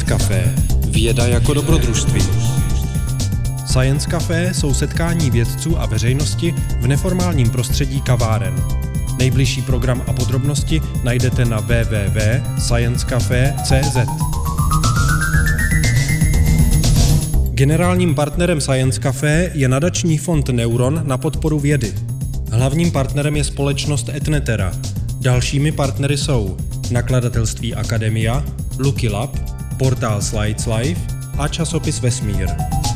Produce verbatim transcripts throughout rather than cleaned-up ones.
Science Café. Věda jako dobrodružství. Science Café jsou setkání vědců a veřejnosti v neformálním prostředí kaváren. Nejbližší program a podrobnosti najdete na w w w tečka science cafe tečka c z. Generálním partnerem Science Café je nadační fond Neuron na podporu vědy. Hlavním partnerem je společnost Etnetera. Dalšími partnery jsou nakladatelství Akademia, Lucky Lab, portál Slides Live a časopis Vesmír.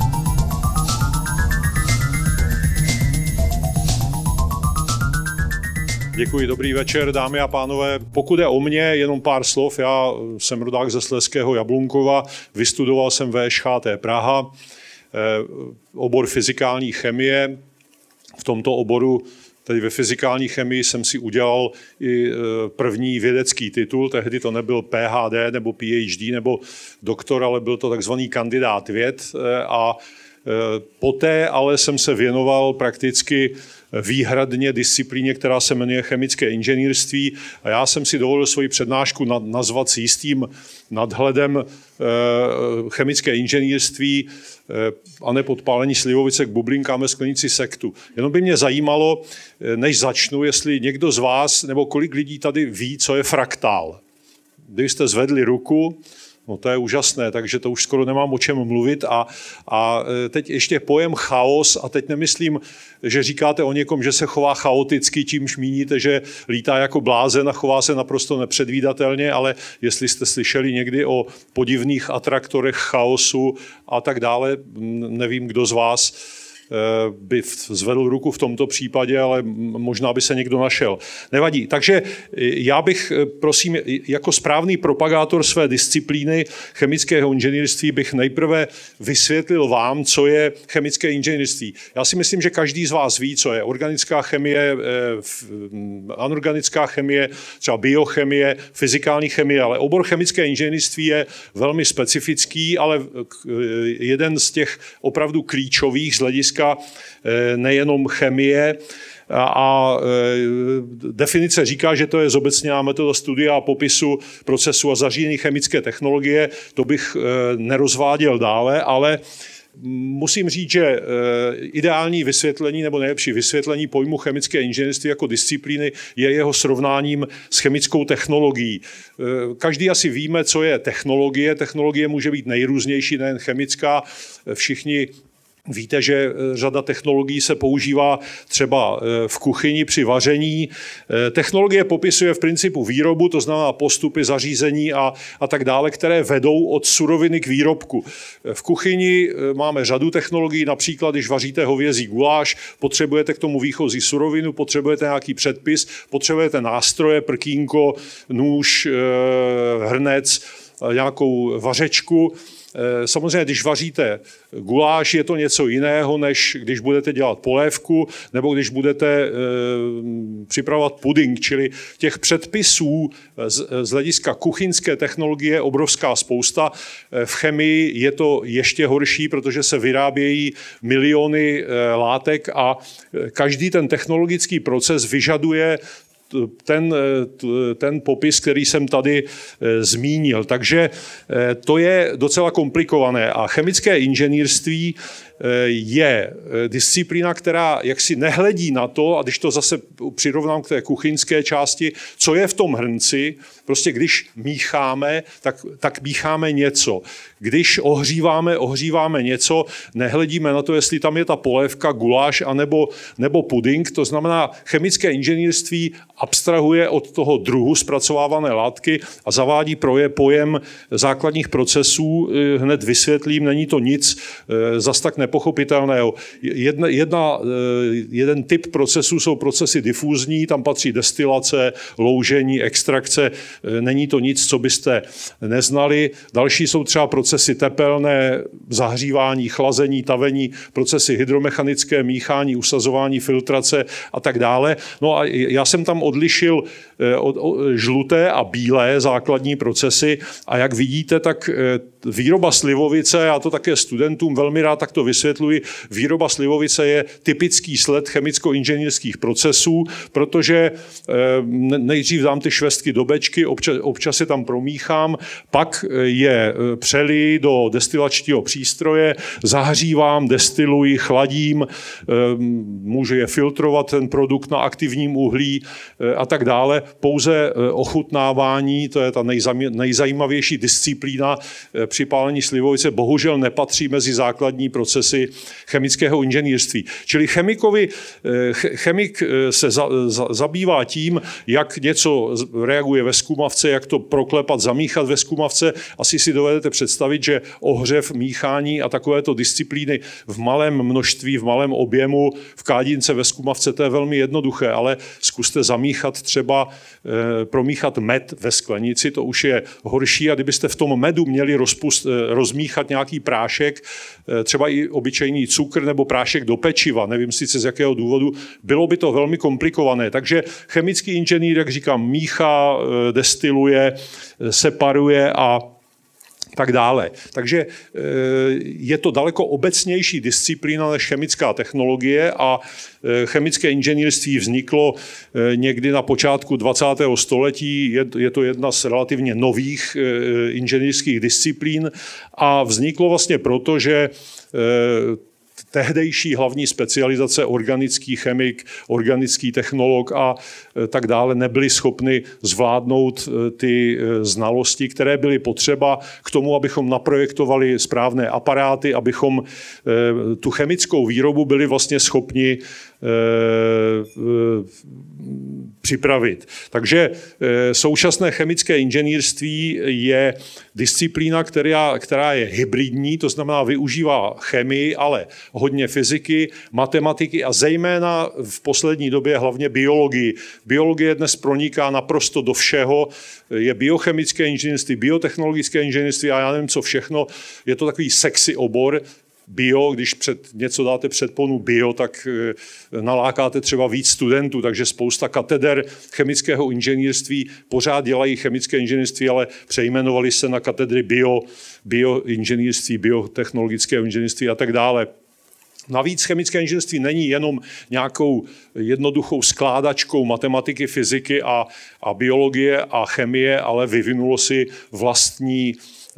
Děkuji, dobrý večer, dámy a pánové. Pokud je o mě, jenom pár slov. Já jsem rodák ze Slezského Jablunkova, vystudoval jsem V Š Ch T Praha, obor fyzikální chemie. V tomto oboru, tedy ve fyzikální chemii, jsem si udělal i první vědecký titul. Tehdy to nebyl P H D nebo P H D nebo doktor, ale byl to takzvaný kandidát věd. A poté ale jsem se věnoval prakticky výhradně disciplíně, která se jmenuje chemické inženýrství, a já jsem si dovolil svoji přednášku nazvat s jistým nadhledem chemické inženýrství a ne podpálení slivovice k bublinkám ve sklenici sektu. Jenom by mě zajímalo, než začnu, jestli někdo z vás nebo kolik lidí tady ví, co je fraktál. Kdybyste zvedli ruku, no to je úžasné, takže to už skoro nemám o čem mluvit. A, a teď ještě pojem chaos, a teď nemyslím, že říkáte o někom, že se chová chaoticky, čímž míníte, že lítá jako blázen a chová se naprosto nepředvídatelně, ale jestli jste slyšeli někdy o podivných atraktorech chaosu a tak dále, nevím, kdo z vás by zvedl ruku v tomto případě, ale možná by se někdo našel. Nevadí. Takže já bych, prosím, jako správný propagátor své disciplíny chemického inženýrství bych nejprve vysvětlil vám, co je chemické inženýrství. Já si myslím, že každý z vás ví, co je organická chemie, anorganická chemie, třeba biochemie, fyzikální chemie, ale obor chemické inženýrství je velmi specifický, ale jeden z těch opravdu klíčových z hlediska nejenom chemie, a definice říká, že to je zobecněná metoda studia a popisu procesu a zařízení chemické technologie. To bych nerozváděl dále, ale musím říct, že ideální vysvětlení nebo nejlepší vysvětlení pojmu chemické inženýrství jako disciplíny je jeho srovnáním s chemickou technologií. Každý asi víme, co je technologie. Technologie může být nejrůznější, nejen chemická. Všichni víte, že řada technologií se používá třeba v kuchyni při vaření. Technologie popisuje v principu výrobu, to znamená postupy, zařízení a, a tak dále, které vedou od suroviny k výrobku. V kuchyni máme řadu technologií, například když vaříte hovězí guláš, potřebujete k tomu výchozí surovinu, potřebujete nějaký předpis, potřebujete nástroje, prkínko, nůž, hrnec, nějakou vařečku. Samozřejmě, když vaříte guláš, je to něco jiného, než když budete dělat polévku nebo když budete e, připravovat puding, čili těch předpisů z, z hlediska kuchyňské technologie je obrovská spousta. V chemii je to ještě horší, protože se vyrábějí miliony e, látek a každý ten technologický proces vyžaduje Ten, ten popis, který jsem tady zmínil. Takže to je docela komplikované. A chemické inženýrství je disciplína, která jaksi nehledí na to, a když to zase přirovnám k té kuchyňské části, co je v tom hrnci, prostě když mícháme, tak, tak mícháme něco. Když ohříváme, ohříváme něco, nehledíme na to, jestli tam je ta polévka, guláš anebo, nebo puding. To znamená, chemické inženýrství abstrahuje od toho druhu zpracovávané látky a zavádí proje pojem základních procesů. Hned vysvětlím, není to nic zas tak nepochopitelného. Jedna, jedna, jeden typ procesů jsou procesy difúzní, tam patří destilace, loužení, extrakce. Není to nic, co byste neznali. Další jsou třeba procesy tepelné, zahřívání, chlazení, tavení, procesy hydromechanické, míchání, usazování, filtrace a tak dále. No a já jsem tam odlišil od žluté a bílé základní procesy a jak vidíte, tak výroba slivovice, já to také studentům velmi rád takto vysvětluji, výroba slivovice je typický sled chemicko-inženýrských procesů, protože nejdřív dám ty švestky do bečky, občas, občas je tam promíchám, pak je přeliji do destilačního přístroje, zahřívám, destiluji, chladím, můžu je filtrovat, ten produkt na aktivním uhlí a tak dále. Pouze ochutnávání, to je ta nejzajímavější disciplína při pálení slivovice, bohužel nepatří mezi základní procesy chemického inženýrství. Čili chemikovi, chemik se za, za, zabývá tím, jak něco reaguje ve zkumavce, jak to proklepat, zamíchat ve zkumavce. Asi si dovedete představit, že ohřev, míchání a takovéto disciplíny v malém množství, v malém objemu, v kádince ve zkumavce, to je velmi jednoduché, ale zkuste zamíchat třeba, e, promíchat med ve sklenici, to už je horší, a kdybyste v tom medu měli rozpust, e, rozmíchat nějaký prášek, e, třeba i obyčejný cukr nebo prášek do pečiva, nevím sice z jakého důvodu, bylo by to velmi komplikované. Takže chemický inženýr, jak říkám, míchá, e, destiluje, e, separuje a tak dále. Takže je to daleko obecnější disciplína než chemická technologie a chemické inženýrství vzniklo někdy na počátku dvacátého století. Je to jedna z relativně nových inženýrských disciplín a vzniklo vlastně proto, že tehdejší hlavní specializace organický chemik, organický technolog a tak dále nebyli schopni zvládnout ty znalosti, které byly potřeba k tomu, abychom naprojektovali správné aparáty, abychom tu chemickou výrobu byli vlastně schopni připravit. Takže současné chemické inženýrství je disciplína, která, která je hybridní, to znamená využívá chemii, ale hodně fyziky, matematiky a zejména v poslední době hlavně biologii. Biologie dnes proniká naprosto do všeho, je biochemické inženýrství, biotechnologické inženýrství a já nevím co všechno, je to takový sexy obor. Bio, když před, něco dáte před ponu bio, tak e, nalákáte třeba víc studentů, takže spousta kateder chemického inženýrství pořád dělají chemické inženýrství, ale přejmenovali se na katedry bio, bioinženýrství, biotechnologického inženýrství a tak dále. Navíc chemické inženýrství není jenom nějakou jednoduchou skládačkou matematiky, fyziky a, a biologie a chemie, ale vyvinulo si vlastní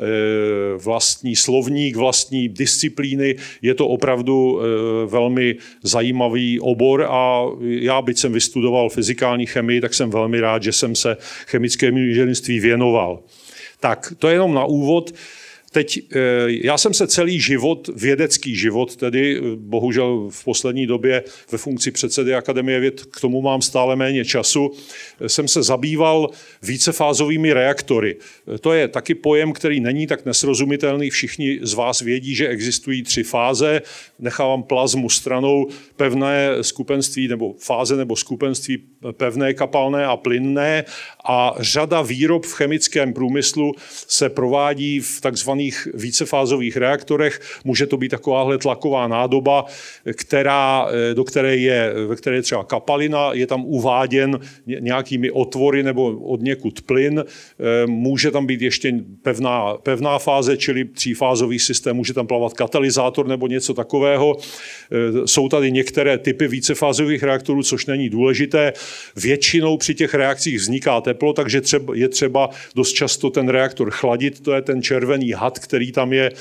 vlastní slovník, vlastní disciplíny. Je to opravdu velmi zajímavý obor a já, byť jsem vystudoval fyzikální chemii, tak jsem velmi rád, že jsem se chemickému inženýrství věnoval. Tak, to je jenom na úvod. Teď já jsem se celý život, vědecký život, tedy bohužel v poslední době ve funkci předsedy Akademie věd, k tomu mám stále méně času, jsem se zabýval vícefázovými reaktory. To je taky pojem, který není tak nesrozumitelný. Všichni z vás vědí, že existují tři fáze. Nechávám plazmu stranou, pevné skupenství nebo fáze nebo skupenství pevné, kapalné a plynné. A řada výrob v chemickém průmyslu se provádí v takzvaných vícefázových reaktorech. Může to být takováhle tlaková nádoba, která, do které je, ve které je třeba kapalina, je tam uváděn nějakými otvory nebo odněkud plyn. Může tam být ještě pevná, pevná fáze, čili třífázový systém, může tam plavat katalyzátor nebo něco takového. Jsou tady některé typy vícefázových reaktorů, což není důležité. Většinou při těch reakcích vzniká teplo, takže třeba, je třeba dost často ten reaktor chladit. To je ten červený had, který tam je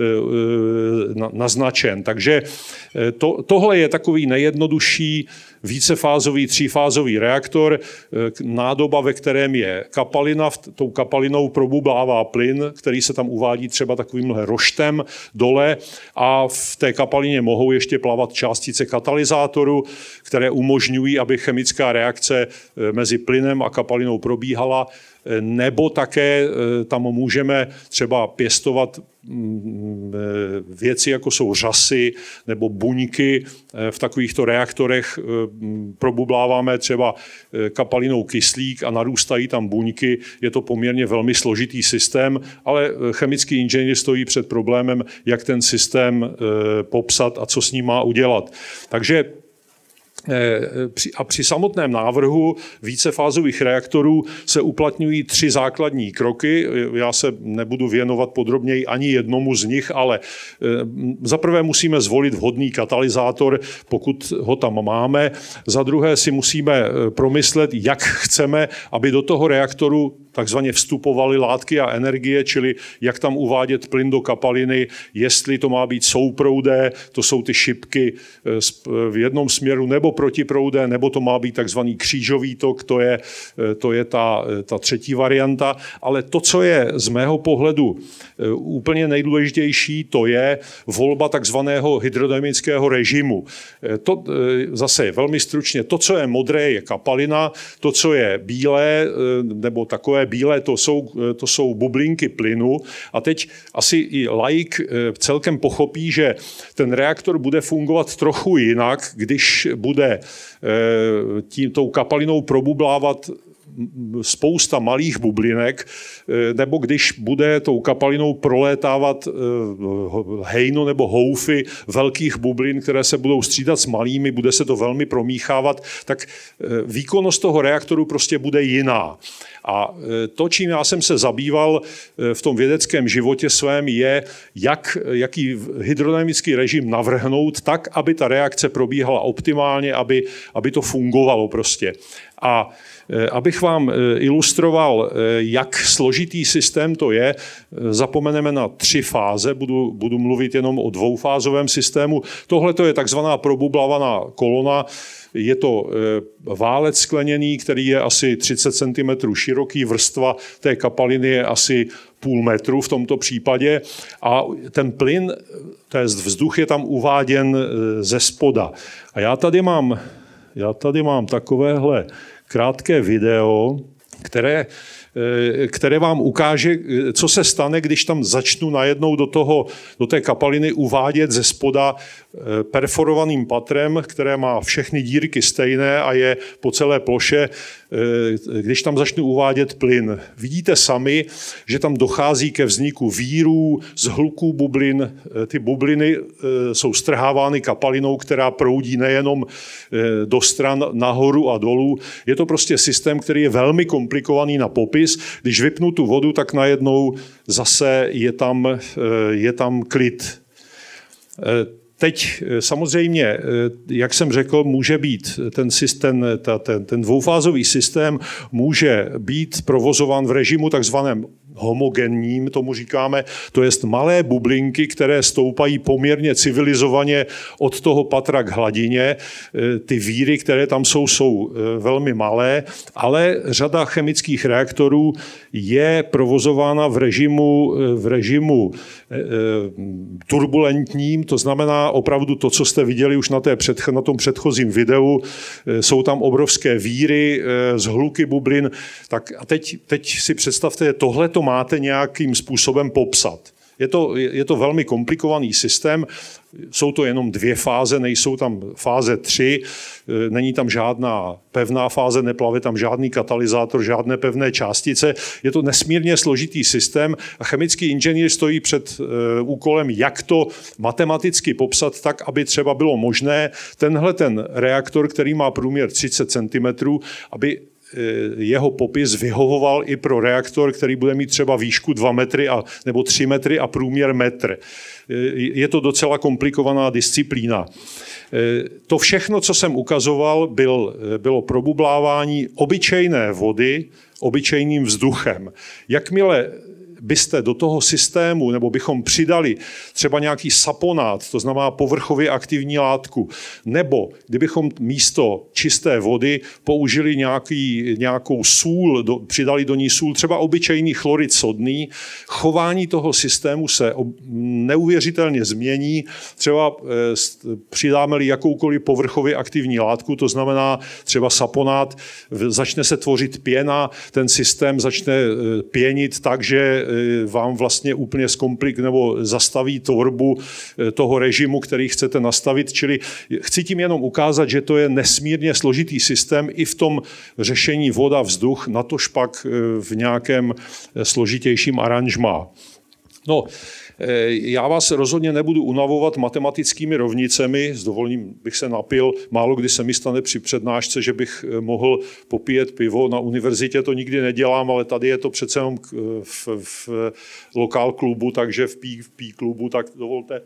naznačen. Takže to, tohle je takový nejjednodušší vícefázový, třífázový reaktor, nádoba, ve kterém je kapalina, tou kapalinou probublává plyn, který se tam uvádí třeba takovýmhle roštem dole a v té kapalině mohou ještě plavat částice katalyzátoru, které umožňují, aby chemická reakce mezi plynem a kapalinou probíhala, nebo také tam můžeme třeba pěstovat věci, jako jsou řasy nebo buňky. V takovýchto reaktorech probubláváme třeba kapalinou kyslík a narůstají tam buňky. Je to poměrně velmi složitý systém, ale chemický inženýr stojí před problémem, jak ten systém popsat a co s ním má udělat. Takže A při samotném návrhu vícefázových reaktorů se uplatňují tři základní kroky. Já se nebudu věnovat podrobněji ani jednomu z nich, ale zaprvé musíme zvolit vhodný katalyzátor, pokud ho tam máme. Za druhé si musíme promyslet, jak chceme, aby do toho reaktoru takzvaně vstupovaly látky a energie, čili jak tam uvádět plyn do kapaliny, jestli to má být souproudé, to jsou ty šipky v jednom směru, nebo protiproudé, nebo to má být takzvaný křížový tok, to je, to je ta, ta třetí varianta. Ale to, co je z mého pohledu úplně nejdůležitější, to je volba takzvaného hydrodynamického režimu. To zase velmi stručně, to, co je modré, je kapalina, to, co je bílé, nebo takové bílé, to jsou, to jsou bublinky plynu. A teď asi i laik celkem pochopí, že ten reaktor bude fungovat trochu jinak, když bude tím, tou kapalinou probublávat spousta malých bublinek, nebo když bude tou kapalinou prolétávat hejno nebo houfy velkých bublin, které se budou střídat s malými, bude se to velmi promíchávat, tak výkonnost toho reaktoru prostě bude jiná. A to, čím já jsem se zabýval v tom vědeckém životě svém, je, jak, jaký hydrodynamický režim navrhnout tak, aby ta reakce probíhala optimálně, aby, aby to fungovalo prostě. A abych vám ilustroval, jak složitý systém to je, zapomeneme na tři fáze, budu, budu mluvit jenom o dvoufázovém systému. Tohle to je takzvaná probublávaná kolona. Je to válec skleněný, který je asi třicet centimetrů široký, vrstva té kapaliny je asi půl metru v tomto případě a ten plyn, to je vzduch, je tam uváděn ze spoda. A já tady mám, já tady mám takovéhle krátké video, které, které vám ukáže, co se stane, když tam začnu najednou do, toho, do té kapaliny uvádět ze spoda perforovaným patrem, které má všechny dírky stejné a je po celé ploše, když tam začnu uvádět plyn. Vidíte sami, že tam dochází ke vzniku vírů, zhluků bublin. Ty bubliny jsou strhávány kapalinou, která proudí nejenom do stran, nahoru a dolů. Je to prostě systém, který je velmi komplikovaný na popis. Když vypnu tu vodu, tak najednou zase je tam, je tam klid. Teď samozřejmě, jak jsem řekl, může být ten, systém, ten, ten dvoufázový systém může být provozován v režimu takzvaném homogenním, tomu říkáme, to jest malé bublinky, které stoupají poměrně civilizovaně od toho patra k hladině. Ty víry, které tam jsou, jsou velmi malé, ale řada chemických reaktorů je provozována v režimu, v režimu turbulentním, to znamená opravdu to, co jste viděli už na, té předch- na tom předchozím videu, jsou tam obrovské víry, zhluky bublin, tak a teď, teď si představte, tohle to máte nějakým způsobem popsat. Je to, je to velmi komplikovaný systém, jsou to jenom dvě fáze, nejsou tam fáze tři, není tam žádná pevná fáze, neplave tam žádný katalyzátor, žádné pevné částice. Je to nesmírně složitý systém a chemický inženýr stojí před úkolem, jak to matematicky popsat tak, aby třeba bylo možné tenhle ten reaktor, který má průměr třicet centimetrů, aby jeho popis vyhovoval i pro reaktor, který bude mít třeba výšku dva metry a, nebo tři metry a průměr metr. Je to docela komplikovaná disciplína. To všechno, co jsem ukazoval, byl, bylo probublávání obyčejné vody obyčejným vzduchem. Jakmile byste do toho systému, nebo bychom přidali třeba nějaký saponát, to znamená povrchově aktivní látku, nebo kdybychom místo čisté vody použili nějaký, nějakou sůl, do, přidali do ní sůl, třeba obyčejný chlorid sodný, chování toho systému se neuvěřitelně změní. Třeba e, přidáme-li jakoukoliv povrchově aktivní látku, to znamená třeba saponát, začne se tvořit pěna, ten systém začne e, pěnit tak, že vám vlastně úplně zkomplik nebo zastaví tvorbu toho režimu, který chcete nastavit. Čili chci tím jenom ukázat, že to je nesmírně složitý systém i v tom řešení voda, vzduch, natož pak v nějakém složitějším aranžmá. No, Já vás rozhodně nebudu unavovat matematickými rovnicemi, s dovolením bych se napil, málo kdy se mi stane při přednášce, že bych mohl popíjet pivo, na univerzitě to nikdy nedělám, ale tady je to přece jenom v, v lokál klubu, takže v pí, v pí klubu, tak dovolte.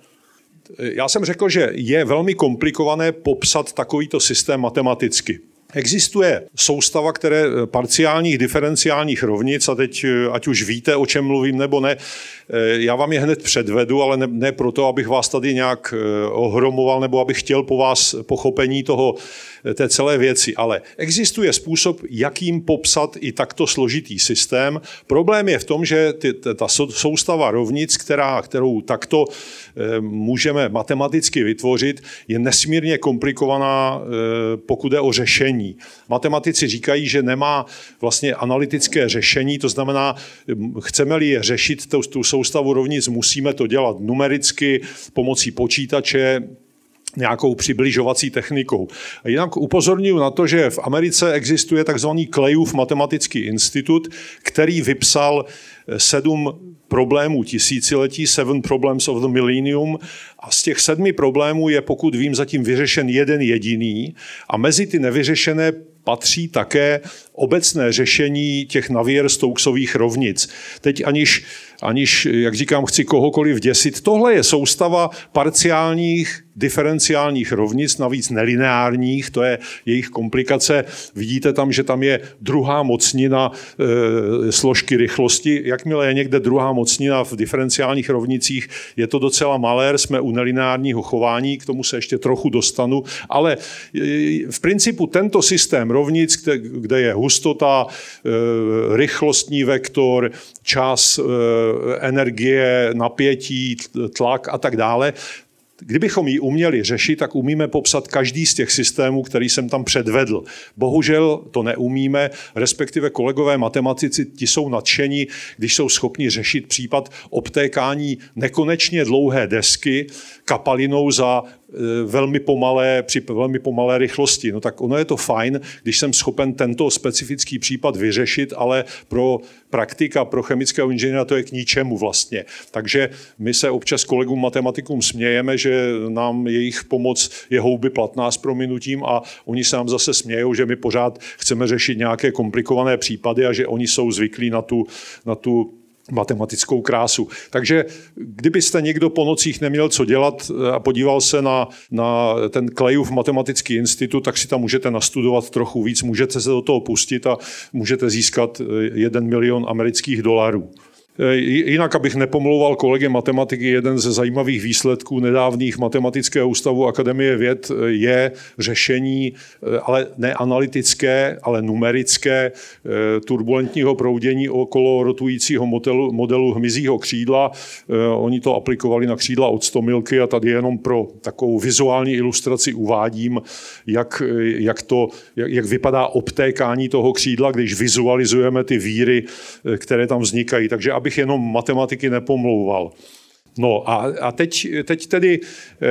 Já jsem řekl, že je velmi komplikované popsat takovýto systém matematicky. Existuje soustava, které parciálních diferenciálních rovnic, a teď ať už víte, o čem mluvím nebo ne, já vám je hned předvedu, ale ne, ne proto, abych vás tady nějak ohromoval nebo abych chtěl po vás pochopení toho, té celé věci, ale existuje způsob, jakým popsat i takto složitý systém. Problém je v tom, že ty, ta soustava rovnic, která, kterou takto můžeme matematicky vytvořit, je nesmírně komplikovaná, pokud jde o řešení. Matematici říkají, že nemá vlastně analytické řešení, to znamená, chceme-li je řešit, tu, tu soustavu rovnic, musíme to dělat numericky, pomocí počítače, nějakou přibližovací technikou. A jinak upozorňuji na to, že v Americe existuje takzvaný Clayův matematický institut, který vypsal sedm problémů tisíciletí, Seven Problems of the Millennium, a z těch sedmi problémů je, pokud vím, zatím vyřešen jeden jediný a mezi ty nevyřešené patří také obecné řešení těch Navier-Stokesových rovnic. Teď aniž, aniž, jak říkám, chci kohokoliv děsit, tohle je soustava parciálních diferenciálních rovnic, navíc nelineárních, to je jejich komplikace. Vidíte tam, že tam je druhá mocnina e, složky rychlosti. Jakmile je někde druhá mocnina v diferenciálních rovnicích, je to docela malér, jsme u nelineárního chování, k tomu se ještě trochu dostanu, ale e, v principu tento systém rovnic, kde, kde je hustota, e, rychlostní vektor, čas, e, energie, napětí, tlak a tak dále, kdybychom ji uměli řešit, tak umíme popsat každý z těch systémů, který jsem tam předvedl. Bohužel to neumíme, respektive kolegové matematici, ti jsou nadšení, když jsou schopni řešit případ obtékání nekonečně dlouhé desky kapalinou za velmi pomalé, při velmi pomalé rychlosti. No tak ono je to fajn, když jsem schopen tento specifický případ vyřešit, ale pro praktika, pro chemického inženýra to je k ničemu vlastně. Takže my se občas kolegům matematikům smějeme, že nám jejich pomoc je houby platná s prominutím a oni se nám zase smějou, že my pořád chceme řešit nějaké komplikované případy a že oni jsou zvyklí na tu, na tu matematickou krásu. Takže kdybyste někdo po nocích neměl co dělat a podíval se na, na ten Clayův matematický institut, tak si tam můžete nastudovat trochu víc, můžete se do toho pustit a můžete získat jeden milion amerických dolarů. Jinak, abych nepomlouval kolegy matematiky, jeden ze zajímavých výsledků nedávných Matematického ústavu Akademie věd je řešení, ale ne analytické, ale numerické, turbulentního proudění okolo rotujícího modelu, modelu hmyzího křídla. Oni to aplikovali na křídla octomilky a tady jenom pro takovou vizuální ilustraci uvádím, jak, jak, to, jak, jak vypadá obtékání toho křídla, když vizualizujeme ty víry, které tam vznikají. Takže aby bych jenom matematiky nepomlouval. No a, a teď, teď tedy e,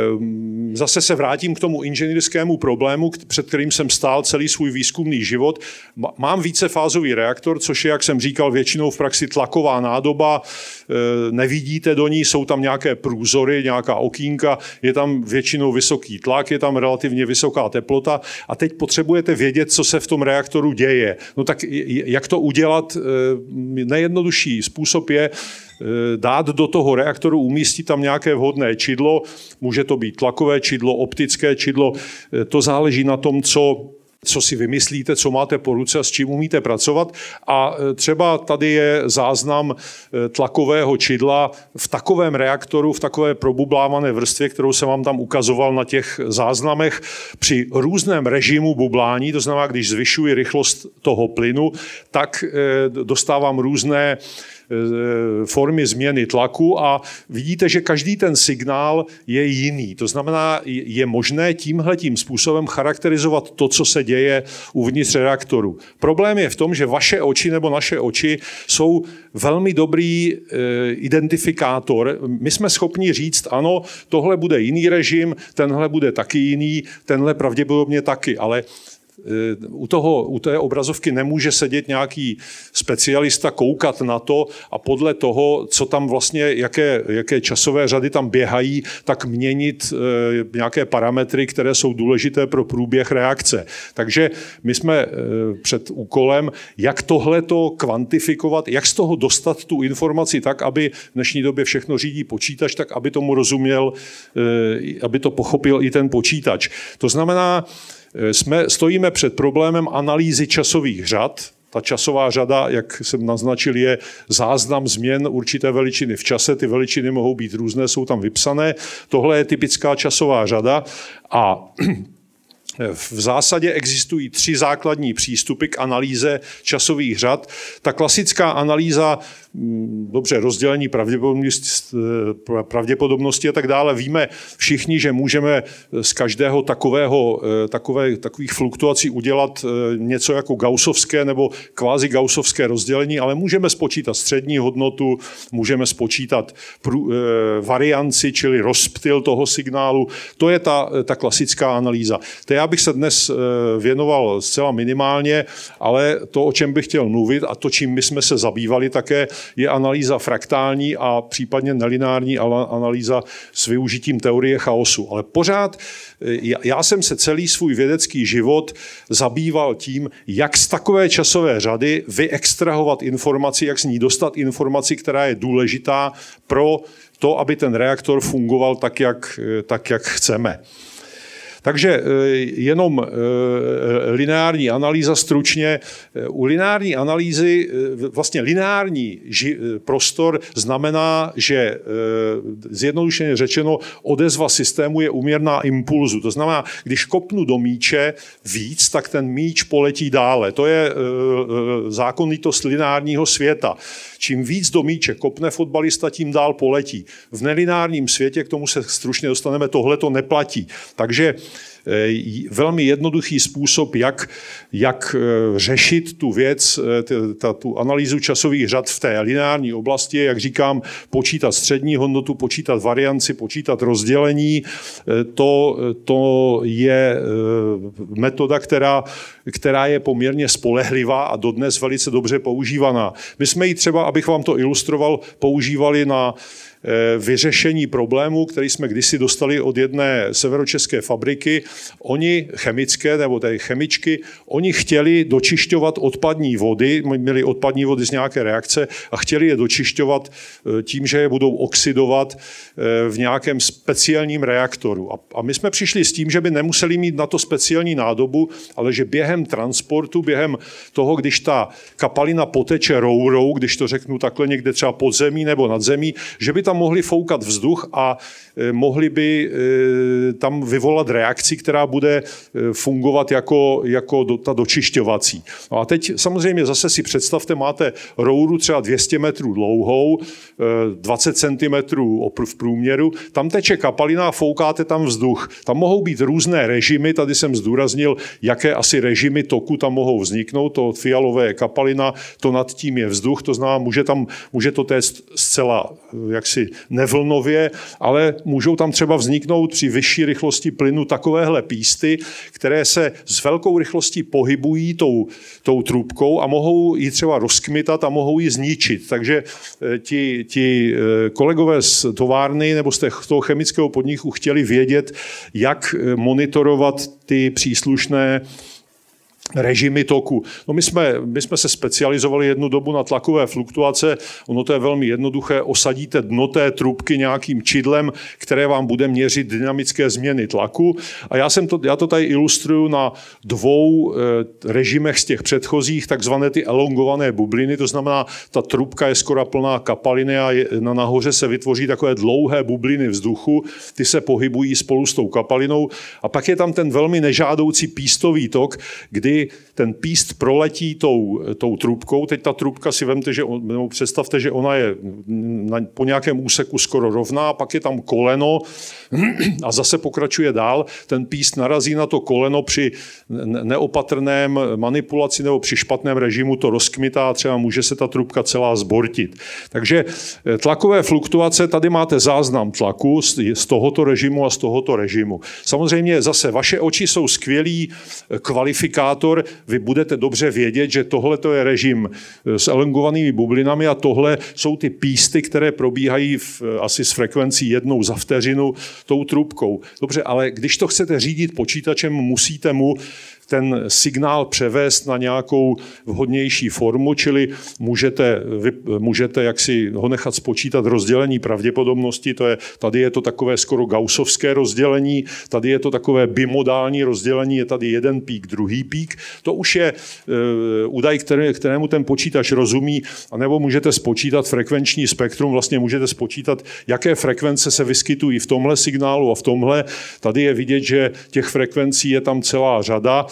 zase se vrátím k tomu inženýrskému problému, před kterým jsem stál celý svůj výzkumný život. Mám vícefázový reaktor, což je, jak jsem říkal, většinou v praxi tlaková nádoba, e, nevidíte do ní, jsou tam nějaké průzory, nějaká okýnka, je tam většinou vysoký tlak, je tam relativně vysoká teplota a teď potřebujete vědět, co se v tom reaktoru děje. No tak jak to udělat? E, nejjednodušší způsob je dát do toho reaktoru, umístit tam nějaké vhodné čidlo, může to být tlakové čidlo, optické čidlo, to záleží na tom, co, co si vymyslíte, co máte po ruce a s čím umíte pracovat. A třeba tady je záznam tlakového čidla v takovém reaktoru, v takové probublávané vrstvě, kterou jsem vám tam ukazoval na těch záznamech při různém režimu bublání, to znamená, když zvyšuji rychlost toho plynu, tak dostávám různé formy změny tlaku a vidíte, že každý ten signál je jiný. To znamená, je možné tímhletím způsobem charakterizovat to, co se děje uvnitř reaktoru. Problém je v tom, že vaše oči nebo naše oči jsou velmi dobrý e, identifikátor. My jsme schopni říct, ano, tohle bude jiný režim, tenhle bude taky jiný, tenhle pravděpodobně taky, ale u, toho, u té obrazovky nemůže sedět nějaký specialista, koukat na to a podle toho, co tam vlastně, jaké, jaké časové řady tam běhají, tak měnit nějaké parametry, které jsou důležité pro průběh reakce. Takže my jsme před úkolem, jak tohleto kvantifikovat, jak z toho dostat tu informaci tak, aby v dnešní době všechno řídí počítač, tak aby tomu rozuměl, aby to pochopil i ten počítač. To znamená, jsme, stojíme před problémem analýzy časových řad. Ta časová řada, jak jsem naznačil, je záznam změn určité veličiny v čase. Ty veličiny mohou být různé, jsou tam vypsané. Tohle je typická časová řada a v zásadě existují tři základní přístupy k analýze časových řad. Ta klasická analýza, dobře, rozdělení pravděpodobnosti, pravděpodobnosti a tak dále. Víme všichni, že můžeme z každého takového, takové, takových fluktuací udělat něco jako gaussovské nebo kvázi gaussovské rozdělení, ale můžeme spočítat střední hodnotu, můžeme spočítat prů, varianci, čili rozptyl toho signálu. To je ta, ta klasická analýza. To já bych se dnes věnoval zcela minimálně, ale to, o čem bych chtěl mluvit a to, čím my jsme se zabývali také, je analýza fraktální a případně nelineární analýza s využitím teorie chaosu. Ale pořád já jsem se celý svůj vědecký život zabýval tím, jak z takové časové řady vyextrahovat informaci, jak z ní dostat informaci, která je důležitá pro to, aby ten reaktor fungoval tak, jak, tak, jak chceme. Takže jenom lineární analýza stručně. U lineární analýzy vlastně lineární prostor znamená, že zjednodušeně řečeno odezva systému je úměrná impulzu. To znamená, když kopnu do míče víc, tak ten míč poletí dále. To je zákonitost lineárního světa. Čím víc do míče kopne fotbalista, tím dál poletí. V nelineárním světě, k tomu se stručně dostaneme, tohle to neplatí. Takže velmi jednoduchý způsob, jak, jak řešit tu věc, tu analýzu časových řad v té lineární oblasti, jak říkám, počítat střední hodnotu, počítat varianci, počítat rozdělení. To, to je metoda, která, která je poměrně spolehlivá a dodnes velice dobře používaná. My jsme ji třeba, abych vám to ilustroval, používali na vyřešení problému, který jsme kdysi dostali od jedné severočeské fabriky. Oni, chemické nebo tady chemičky, oni chtěli dočišťovat odpadní vody, měli odpadní vody z nějaké reakce a chtěli je dočišťovat tím, že je budou oxidovat v nějakém speciálním reaktoru. A my jsme přišli s tím, že by nemuseli mít na to speciální nádobu, ale že během transportu, během toho, když ta kapalina poteče rourou, když to řeknu takhle někde třeba pod zemí nebo nad zemí, že by tam mohli foukat vzduch a mohli by tam vyvolat reakci, která bude fungovat jako, jako ta dočišťovací. No a teď samozřejmě zase si představte, máte rouru třeba dvě stě metrů dlouhou, dvacet centimetrů v průměru, tam teče kapalina a foukáte tam vzduch. Tam mohou být různé režimy, tady jsem zdůraznil, jaké asi režimy toku tam mohou vzniknout, to fialové je kapalina, to nad tím je vzduch, to znamená, může, tam, může to téct zcela jaksi nevlnově, ale můžou tam třeba vzniknout při vyšší rychlosti plynu takovéhle písty, které se s velkou rychlostí pohybují tou, tou trubkou a mohou ji třeba rozkmitat a mohou ji zničit. Takže ti, ti kolegové z továrny nebo z toho chemického podniku chtěli vědět, jak monitorovat ty příslušné režimy toku. No my jsme, my jsme se specializovali jednu dobu na tlakové fluktuace. Ono to je velmi jednoduché. Osadíte dno té trubky nějakým čidlem, které vám bude měřit dynamické změny tlaku. A já, jsem to, já to tady ilustruju na dvou e, režimech z těch předchozích, takzvané ty elongované bubliny. To znamená, ta trubka je skoro plná kapaliny a je, na nahoře se vytvoří takové dlouhé bubliny vzduchu. Ty se pohybují spolu s tou kapalinou. A pak je tam ten velmi nežádoucí pístový tok, kdy tady ten píst proletí tou, tou trubkou. Teď ta trubka si vemte, že, nebo představte, že ona je na, po nějakém úseku skoro rovná, pak je tam koleno a zase pokračuje dál. Ten píst narazí na to koleno při neopatrném manipulaci nebo při špatném režimu to rozkmitá a třeba může se ta trubka celá zbortit. Takže tlakové fluktuace, tady máte záznam tlaku z tohoto režimu a z tohoto režimu. Samozřejmě zase vaše oči jsou skvělý kvalifikátor, vy budete dobře vědět, že tohle to je režim s elongovanými bublinami a tohle jsou ty písty, které probíhají v, asi s frekvencí jednou za vteřinu tou trubkou. Dobře, ale když to chcete řídit počítačem, musíte mu ten signál převést na nějakou vhodnější formu, čili můžete, vy, můžete jaksi ho nechat spočítat rozdělení pravděpodobnosti, to je, tady je to takové skoro gaussovské rozdělení, tady je to takové bimodální rozdělení, je tady jeden pík, druhý pík, to už je e, údaj, který, kterému ten počítač rozumí, anebo můžete spočítat frekvenční spektrum, vlastně můžete spočítat, jaké frekvence se vyskytují v tomhle signálu a v tomhle, tady je vidět, že těch frekvencí je tam celá řada,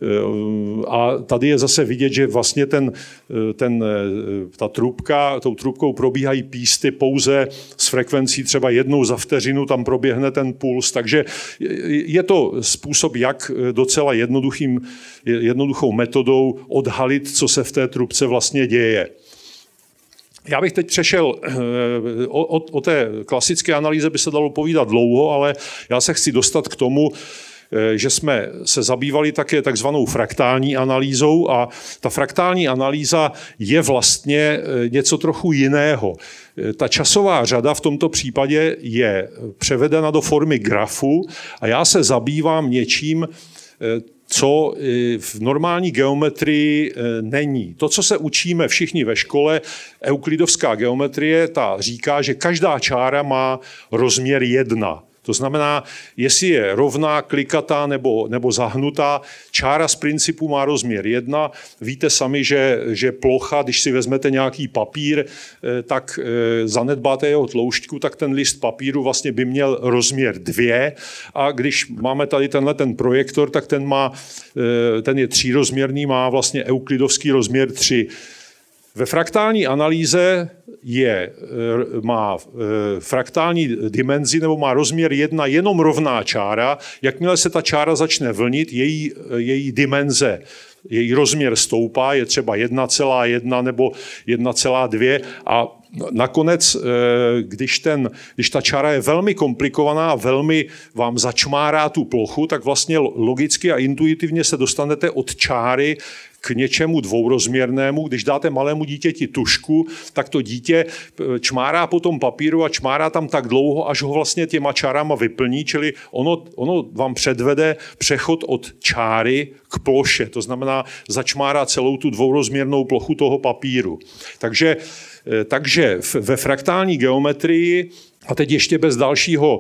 a tady je zase vidět, že vlastně ten, ten, ta trubka, tou trubkou probíhají písty pouze s frekvencí třeba jednou za vteřinu, tam proběhne ten puls, takže je to způsob, jak docela jednoduchým, jednoduchou metodou odhalit, co se v té trubce vlastně děje. Já bych teď přešel, o, o, o té klasické analýze by se dalo povídat dlouho, ale já se chci dostat k tomu, že jsme se zabývali také takzvanou fraktální analýzou a ta fraktální analýza je vlastně něco trochu jiného. Ta časová řada v tomto případě je převedena do formy grafu a já se zabývám něčím, co v normální geometrii není. To, co se učíme všichni ve škole, euklidovská geometrie, ta říká, že každá čára má rozměr jedna. To znamená, jestli je rovná, klikatá nebo, nebo zahnutá, čára z principu má rozměr jedna. Víte sami, že, že plocha, když si vezmete nějaký papír, tak zanedbáte jeho tloušťku, tak ten list papíru vlastně by měl rozměr dvě. A když máme tady tenhle ten projektor, tak ten, má, ten je třírozměrný, má vlastně euklidovský rozměr tři. Ve fraktální analýze je, má fraktální dimenzi nebo má rozměr jedna jenom rovná čára. Jakmile se ta čára začne vlnit, její, její dimenze, její rozměr stoupá, je třeba jedna celá jedna nebo jedna celá dvě a nakonec, když, ten, když ta čára je velmi komplikovaná a velmi vám začmárá tu plochu, tak vlastně logicky a intuitivně se dostanete od čáry k něčemu dvourozměrnému. Když dáte malému dítěti tužku, tak to dítě čmárá po tom papíru a čmárá tam tak dlouho, až ho vlastně těma čárama vyplní, čili ono, ono vám předvede přechod od čáry k ploše. To znamená, začmárá celou tu dvourozměrnou plochu toho papíru. Takže, takže ve fraktální geometrii a teď ještě bez dalšího,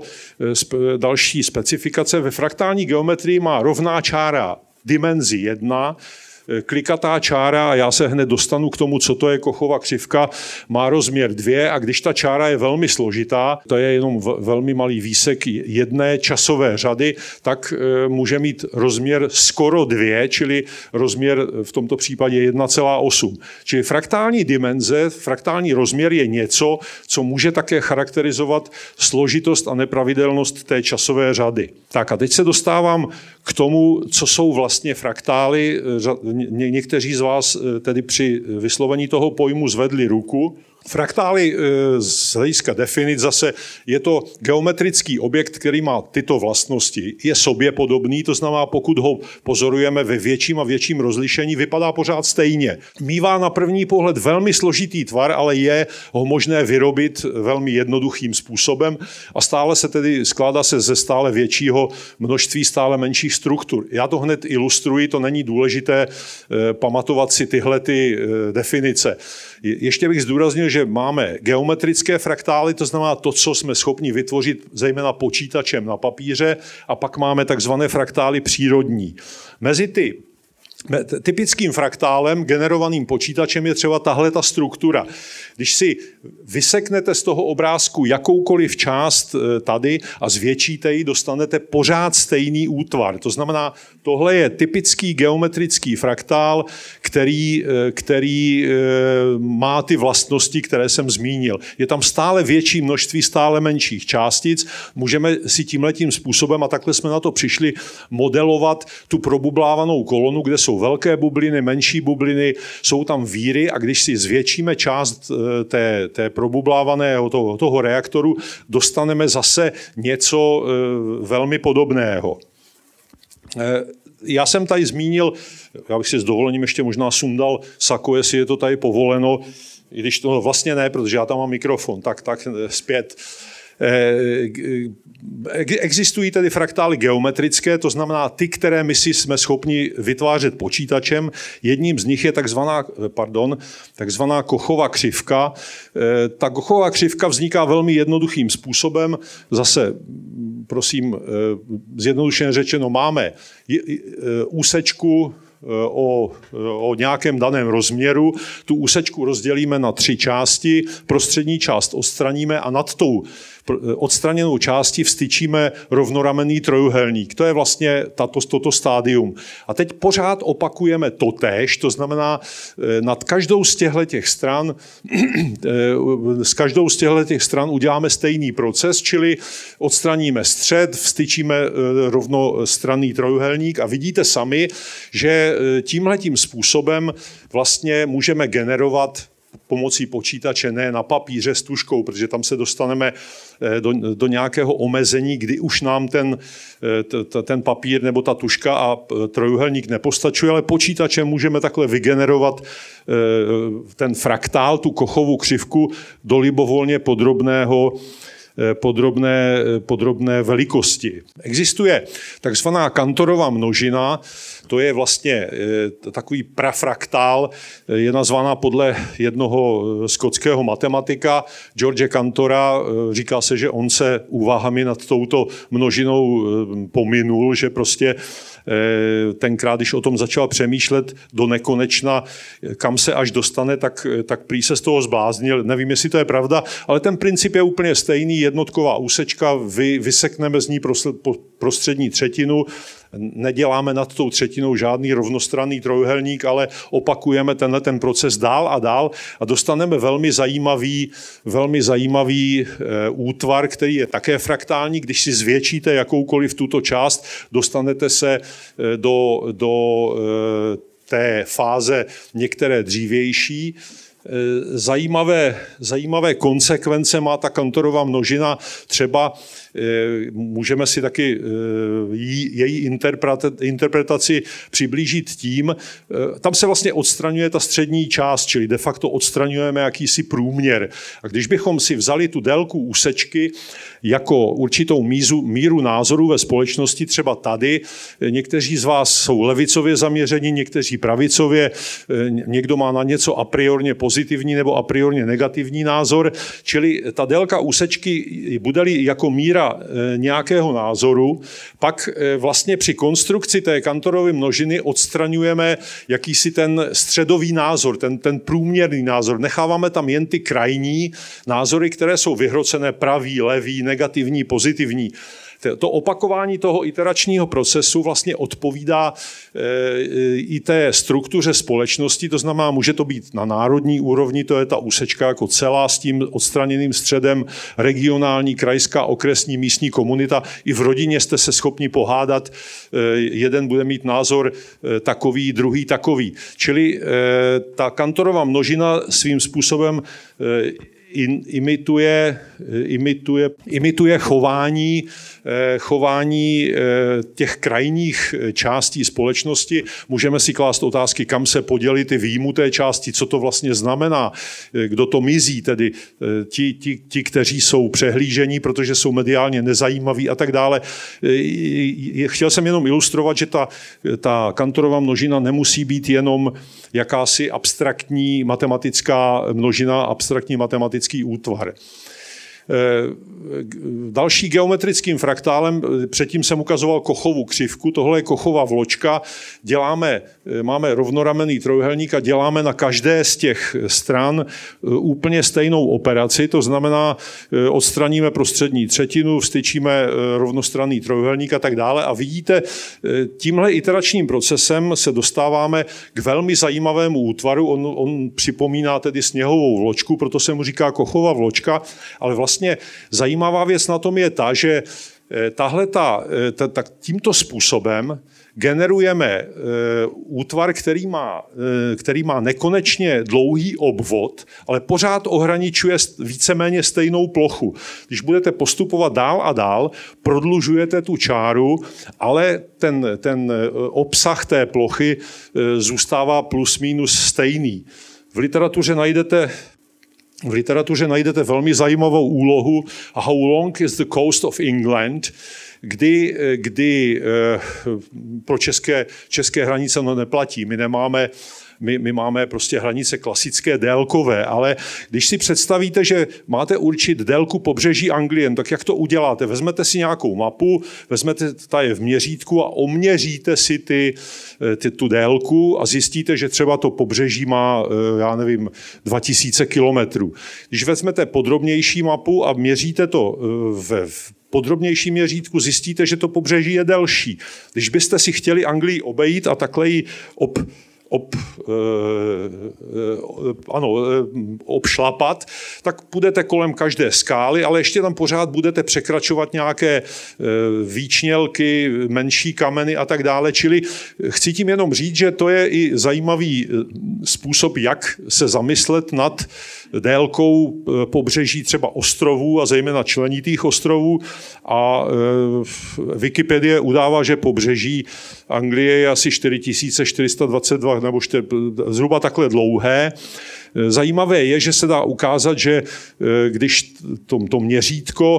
další specifikace, ve fraktální geometrii má rovná čára dimenzi jedna, klikatá čára, a já se hned dostanu k tomu, co to je Kochova křivka, má rozměr dvě a když ta čára je velmi složitá, to je jenom velmi malý výsek jedné časové řady, tak může mít rozměr skoro dvě, čili rozměr v tomto případě jedna celá osm. Čili fraktální dimenze, fraktální rozměr je něco, co může také charakterizovat složitost a nepravidelnost té časové řady. Tak a teď se dostávám k tomu, co jsou vlastně fraktály. Ně- někteří z vás tedy při vyslovení toho pojmu zvedli ruku. Fraktály z hlediska definic zase je to geometrický objekt, který má tyto vlastnosti. Je sobě podobný, to znamená, pokud ho pozorujeme ve větším a větším rozlišení, vypadá pořád stejně. Mívá na první pohled velmi složitý tvar, ale je ho možné vyrobit velmi jednoduchým způsobem a stále se tedy skládá se ze stále většího množství stále menších struktur. Já to hned ilustruji, to není důležité pamatovat si tyhle ty definice. Ještě bych zdůraznil, že máme geometrické fraktály, to znamená to, co jsme schopni vytvořit zejména počítačem na papíře, a pak máme takzvané fraktály přírodní. Mezi ty Typickým fraktálem generovaným počítačem je třeba tahle ta struktura. Když si vyseknete z toho obrázku jakoukoliv část tady a zvětšíte ji, dostanete pořád stejný útvar. To znamená, tohle je typický geometrický fraktál, který, který má ty vlastnosti, které jsem zmínil. Je tam stále větší množství stále menších částic. Můžeme si tímhletím způsobem, a takhle jsme na to přišli, modelovat tu probublávanou kolonu, kde jsou velké bubliny, menší bubliny, jsou tam víry a když si zvětšíme část té, té probublávaného toho, toho reaktoru, dostaneme zase něco velmi podobného. Já jsem tady zmínil, já bych si s dovolením ještě možná sundal sako, jestli je to tady povoleno, i když to vlastně ne, protože já tam mám mikrofon, tak, tak zpět. Existují tedy fraktály geometrické, to znamená ty, které my si jsme schopni vytvářet počítačem. Jedním z nich je takzvaná, pardon, takzvaná Kochova křivka. Ta Kochova křivka vzniká velmi jednoduchým způsobem. Zase, prosím, zjednodušeně řečeno, máme úsečku O, o nějakém daném rozměru. Tu úsečku rozdělíme na tři části, prostřední část odstraníme a nad tou odstraněnou částí vstyčíme rovnoramenný trojuhelník. To je vlastně tato, toto stádium. A teď pořád opakujeme totéž, to znamená, nad každou z těchto stran, s každou z těchto stran uděláme stejný proces, čili odstraníme střed, vstyčíme rovnostranný trojuhelník a vidíte sami, že tímhletím způsobem vlastně můžeme generovat pomocí počítače, ne na papíře s tužkou, protože tam se dostaneme do, do nějakého omezení, kdy už nám ten, ten papír nebo ta tužka a trojuhelník nepostačuje, ale počítačem můžeme takhle vygenerovat ten fraktál, tu Kochovu křivku do libovolně podrobného Podrobné, podrobné velikosti. Existuje takzvaná Cantorova množina, to je vlastně takový prafraktál, je nazvaná podle jednoho skotského matematika, George Cantora. Říká se, že on se úvahami nad touto množinou pominul, že prostě tenkrát, když o tom začal přemýšlet do nekonečna, kam se až dostane, tak, tak prý se z toho zbláznil. Nevím, jestli to je pravda, ale ten princip je úplně stejný. Jednotková úsečka, vy, vysekneme z ní prostřední třetinu, neděláme nad tou třetinou žádný rovnostranný trojuhelník, ale opakujeme tenhle ten proces dál a dál a dostaneme velmi zajímavý, velmi zajímavý útvar, který je také fraktální. Když si zvětšíte jakoukoliv tuto část, dostanete se do, do té fáze některé dřívější. Zajímavé, zajímavé konsekvence má ta Cantorova množina. Třeba můžeme si taky její interpretaci přiblížit tím, tam se vlastně odstraňuje ta střední část, čili de facto odstraňujeme jakýsi průměr. A když bychom si vzali tu délku úsečky jako určitou mízu, míru názorů ve společnosti, třeba tady, někteří z vás jsou levicově zaměření, někteří pravicově, někdo má na něco a priorně pozitivní nebo a priorně negativní názor, čili ta délka úsečky bude-li jako míra nějakého názoru, pak vlastně při konstrukci té Cantorovy množiny odstraňujeme jakýsi ten středový názor, ten, ten průměrný názor. Necháváme tam jen ty krajní názory, které jsou vyhrocené pravý, levý, negativní, pozitivní. To opakování toho iteračního procesu vlastně odpovídá i té struktuře společnosti, to znamená, může to být na národní úrovni, to je ta úsečka jako celá s tím odstraněným středem, regionální, krajská, okresní, místní komunita. I v rodině jste se schopni pohádat, jeden bude mít názor takový, druhý takový. Čili ta Cantorova množina svým způsobem imituje, imituje, imituje chování, chování těch krajních částí společnosti. Můžeme si klást otázky, kam se podělit ty výjimuté části, co to vlastně znamená, kdo to mizí, tedy ti, ti, ti, kteří jsou přehlížení, protože jsou mediálně nezajímaví a tak dále. Chtěl jsem jenom ilustrovat, že ta, ta Cantorova množina nemusí být jenom jakási abstraktní matematická množina, abstraktní matematický útvar. Další geometrickým fraktálem, předtím jsem ukazoval Kochovu křivku, tohle je Kochova vločka, děláme, máme rovnoramenný trojúhelník a děláme na každé z těch stran úplně stejnou operaci, to znamená, odstraníme prostřední třetinu, vstyčíme rovnostranný trojúhelník a tak dále a vidíte, tímhle iteračním procesem se dostáváme k velmi zajímavému útvaru, on, on připomíná tedy sněhovou vločku, proto se mu říká Kochova vločka, ale vlastně zajímavá věc na tom je ta, že tahleta, tak tímto způsobem generujeme útvar, který má, který má nekonečně dlouhý obvod, ale pořád ohraničuje víceméně stejnou plochu. Když budete postupovat dál a dál, prodlužujete tu čáru, ale ten, ten obsah té plochy zůstává plus minus stejný. V literatuře najdete V literatuře najdete velmi zajímavou úlohu How long is the coast of England, kdy, kdy pro české, české hranice no neplatí. My nemáme My, my máme prostě hranice klasické délkové, ale když si představíte, že máte určit délku pobřeží Anglie, tak jak to uděláte? Vezmete si nějakou mapu, vezmete, ta je v měřítku a oměříte si ty, ty, tu délku a zjistíte, že třeba to pobřeží má, já nevím, dva tisíce kilometrů. Když vezmete podrobnější mapu a měříte to ve v podrobnějším měřítku, zjistíte, že to pobřeží je delší. Když byste si chtěli Anglii obejít a takhle ji ob Ob, eh, ano, obšlapat, tak půjdete kolem každé skály, ale ještě tam pořád budete překračovat nějaké výčnělky, menší kameny a tak dále. Čili chci tím jenom říct, že to je i zajímavý způsob, jak se zamyslet nad délkou pobřeží třeba ostrovů a zejména členitých ostrovů. A Wikipedie udává, že pobřeží Anglie je asi čtyři tisíce čtyři sta dvacet dva nebo čtyři, zhruba takhle dlouhé. Zajímavé je, že se dá ukázat, že když to, to měřítko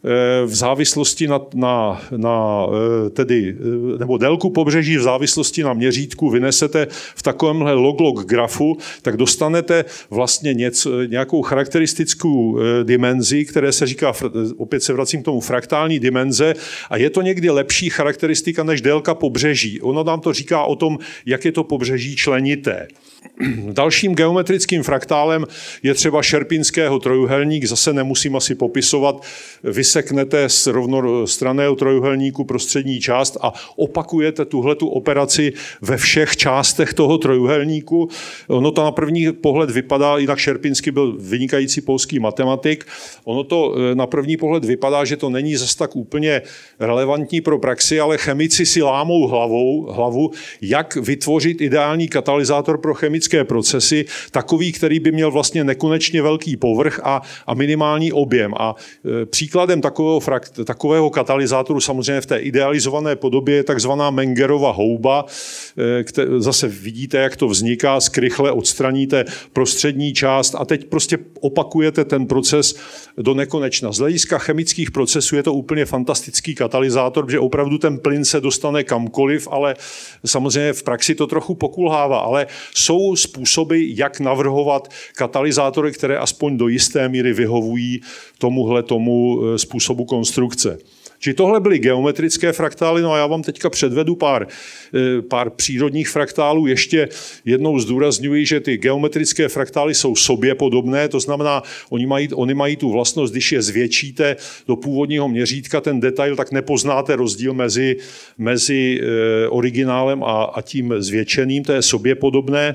v závislosti na, na, na tedy, nebo délku pobřeží v závislosti na měřítku vynesete v takovémhle log-log grafu, tak dostanete vlastně něco, nějakou charakteristickou dimenzi, které se říká, opět se vracím k tomu, fraktální dimenze a je to někdy lepší charakteristika než délka pobřeží. Ono nám to říká o tom, jak je to pobřeží členité. Dalším geometrickým fraktálem je třeba Šerpinského trojúhelník, zase nemusím asi popisovat, vyseknete z rovnostranného trojúhelníku prostřední část a opakujete tuhletu operaci ve všech částech toho trojúhelníku. Ono to na první pohled vypadá, jinak Šerpinsky byl vynikající polský matematik, ono to na první pohled vypadá, že to není zas tak úplně relevantní pro praxi, ale chemici si lámou hlavou, hlavu, jak vytvořit ideální katalyzátor pro chemické procesy, takový, který by měl vlastně nekonečně velký povrch a, a minimální objem. A e, příkladem takového, frakt, takového katalyzátoru samozřejmě v té idealizované podobě je takzvaná Mengerova houba. E, kte, zase vidíte, jak to vzniká, skrychle odstraníte prostřední část a teď prostě opakujete ten proces do nekonečna. Z hlediska chemických procesů je to úplně fantastický katalyzátor, protože opravdu ten plyn se dostane kamkoliv, ale samozřejmě v praxi to trochu pokulhává, ale jsou způsoby, jak navrhovat katalyzátory, které aspoň do jisté míry vyhovují tomuhle tomu způsobu konstrukce. Čili tohle byly geometrické fraktály, no a já vám teďka předvedu pár, pár přírodních fraktálů. Ještě jednou zdůrazňuji, že ty geometrické fraktály jsou sobě podobné, to znamená, oni mají, oni mají tu vlastnost, když je zvětšíte do původního měřítka, ten detail, tak nepoznáte rozdíl mezi, mezi originálem a, a tím zvětšeným, to je sobě podobné.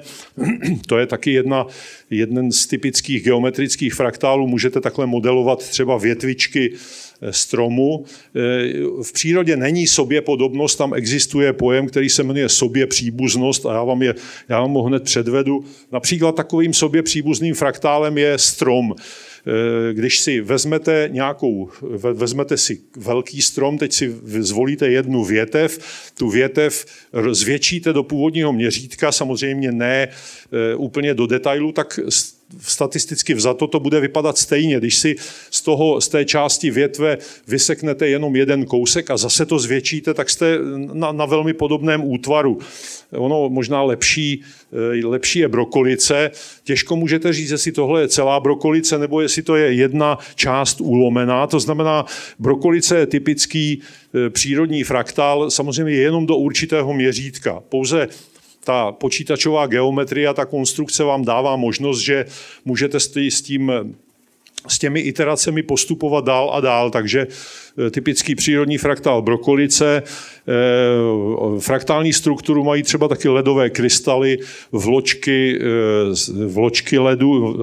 To je taky jedna, jeden z typických geometrických fraktálů, můžete takhle modelovat třeba větvičky stromu. V přírodě není soběpodobnost, tam existuje pojem, který se jmenuje soběpříbuznost a já vám, je, já vám ho hned předvedu. Například takovým soběpříbuzným fraktálem je strom. Když si vezmete nějakou, vezmete si velký strom, teď si zvolíte jednu větev, tu větev zvětšíte do původního měřítka, samozřejmě ne úplně do detailu, tak statisticky vzato to bude vypadat stejně. Když si z, toho, z té části větve vyseknete jenom jeden kousek a zase to zvětšíte, tak jste na, na velmi podobném útvaru. Ono možná lepší, lepší je brokolice. Těžko můžete říct, jestli tohle je celá brokolice, nebo jestli to je jedna část ulomená. To znamená, brokolice je typický přírodní fraktál, samozřejmě jenom do určitého měřítka. Pouze ta počítačová geometrie a ta konstrukce vám dává možnost, že můžete s tím s těmi iteracemi postupovat dál a dál, takže typický přírodní fraktál brokolice. Fraktální strukturu mají třeba taky ledové krystaly, vločky, vločky ledu.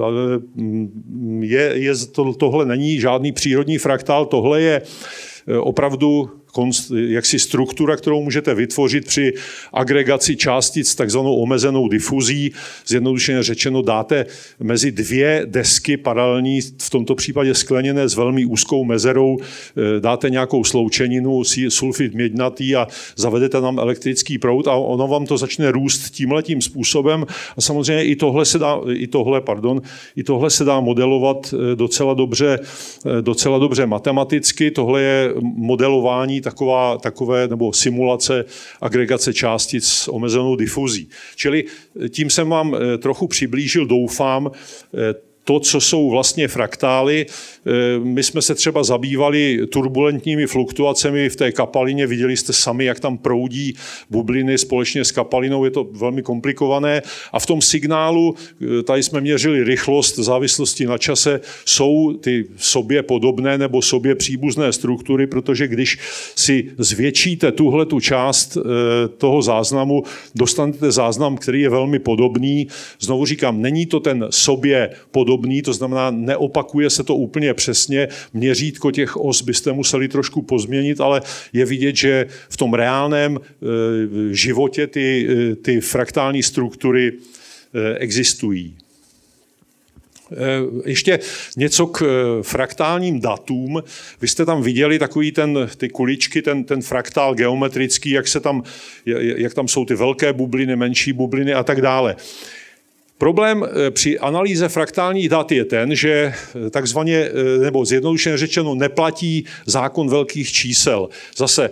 Je, je, to, tohle není žádný přírodní fraktál, tohle je opravdu jaksi struktura, kterou můžete vytvořit při agregaci částic s takzvanou omezenou difuzí. Zjednodušeně řečeno dáte mezi dvě desky paralelní, v tomto případě skleněné s velmi úzkou mezerou, dáte nějakou sloučeninu, sulfid měďnatý a zavedete tam elektrický proud a ono vám to začne růst tímhletím způsobem. A samozřejmě i tohle se dá, i tohle, pardon, i tohle se dá modelovat docela dobře, docela dobře matematicky. Tohle je modelování Taková, takové nebo simulace agregace částic s omezenou difuzí. Čili tím jsem vám trochu přiblížil, doufám, to, co jsou vlastně fraktály. My jsme se třeba zabývali turbulentními fluktuacemi v té kapalině. Viděli jste sami, jak tam proudí bubliny společně s kapalinou. Je to velmi komplikované. A v tom signálu, tady jsme měřili rychlost v závislosti na čase, jsou ty sobě podobné nebo sobě příbuzné struktury, protože když si zvětšíte tuhle tu část toho záznamu, dostanete záznam, který je velmi podobný. Znovu říkám, není to ten sobě podobný, to znamená, neopakuje se to úplně přesně. Měřítko těch os byste museli trošku pozměnit, ale je vidět, že v tom reálném životě ty, ty fraktální struktury existují. Ještě něco k fraktálním datům. Vy jste tam viděli takový ten, ty kuličky, ten, ten fraktál geometrický, jak, se tam, jak tam jsou ty velké bubliny, menší bubliny a tak dále. Problém při analýze fraktálních dat je ten, že takzvaně, nebo zjednodušeně řečeno, neplatí zákon velkých čísel. Zase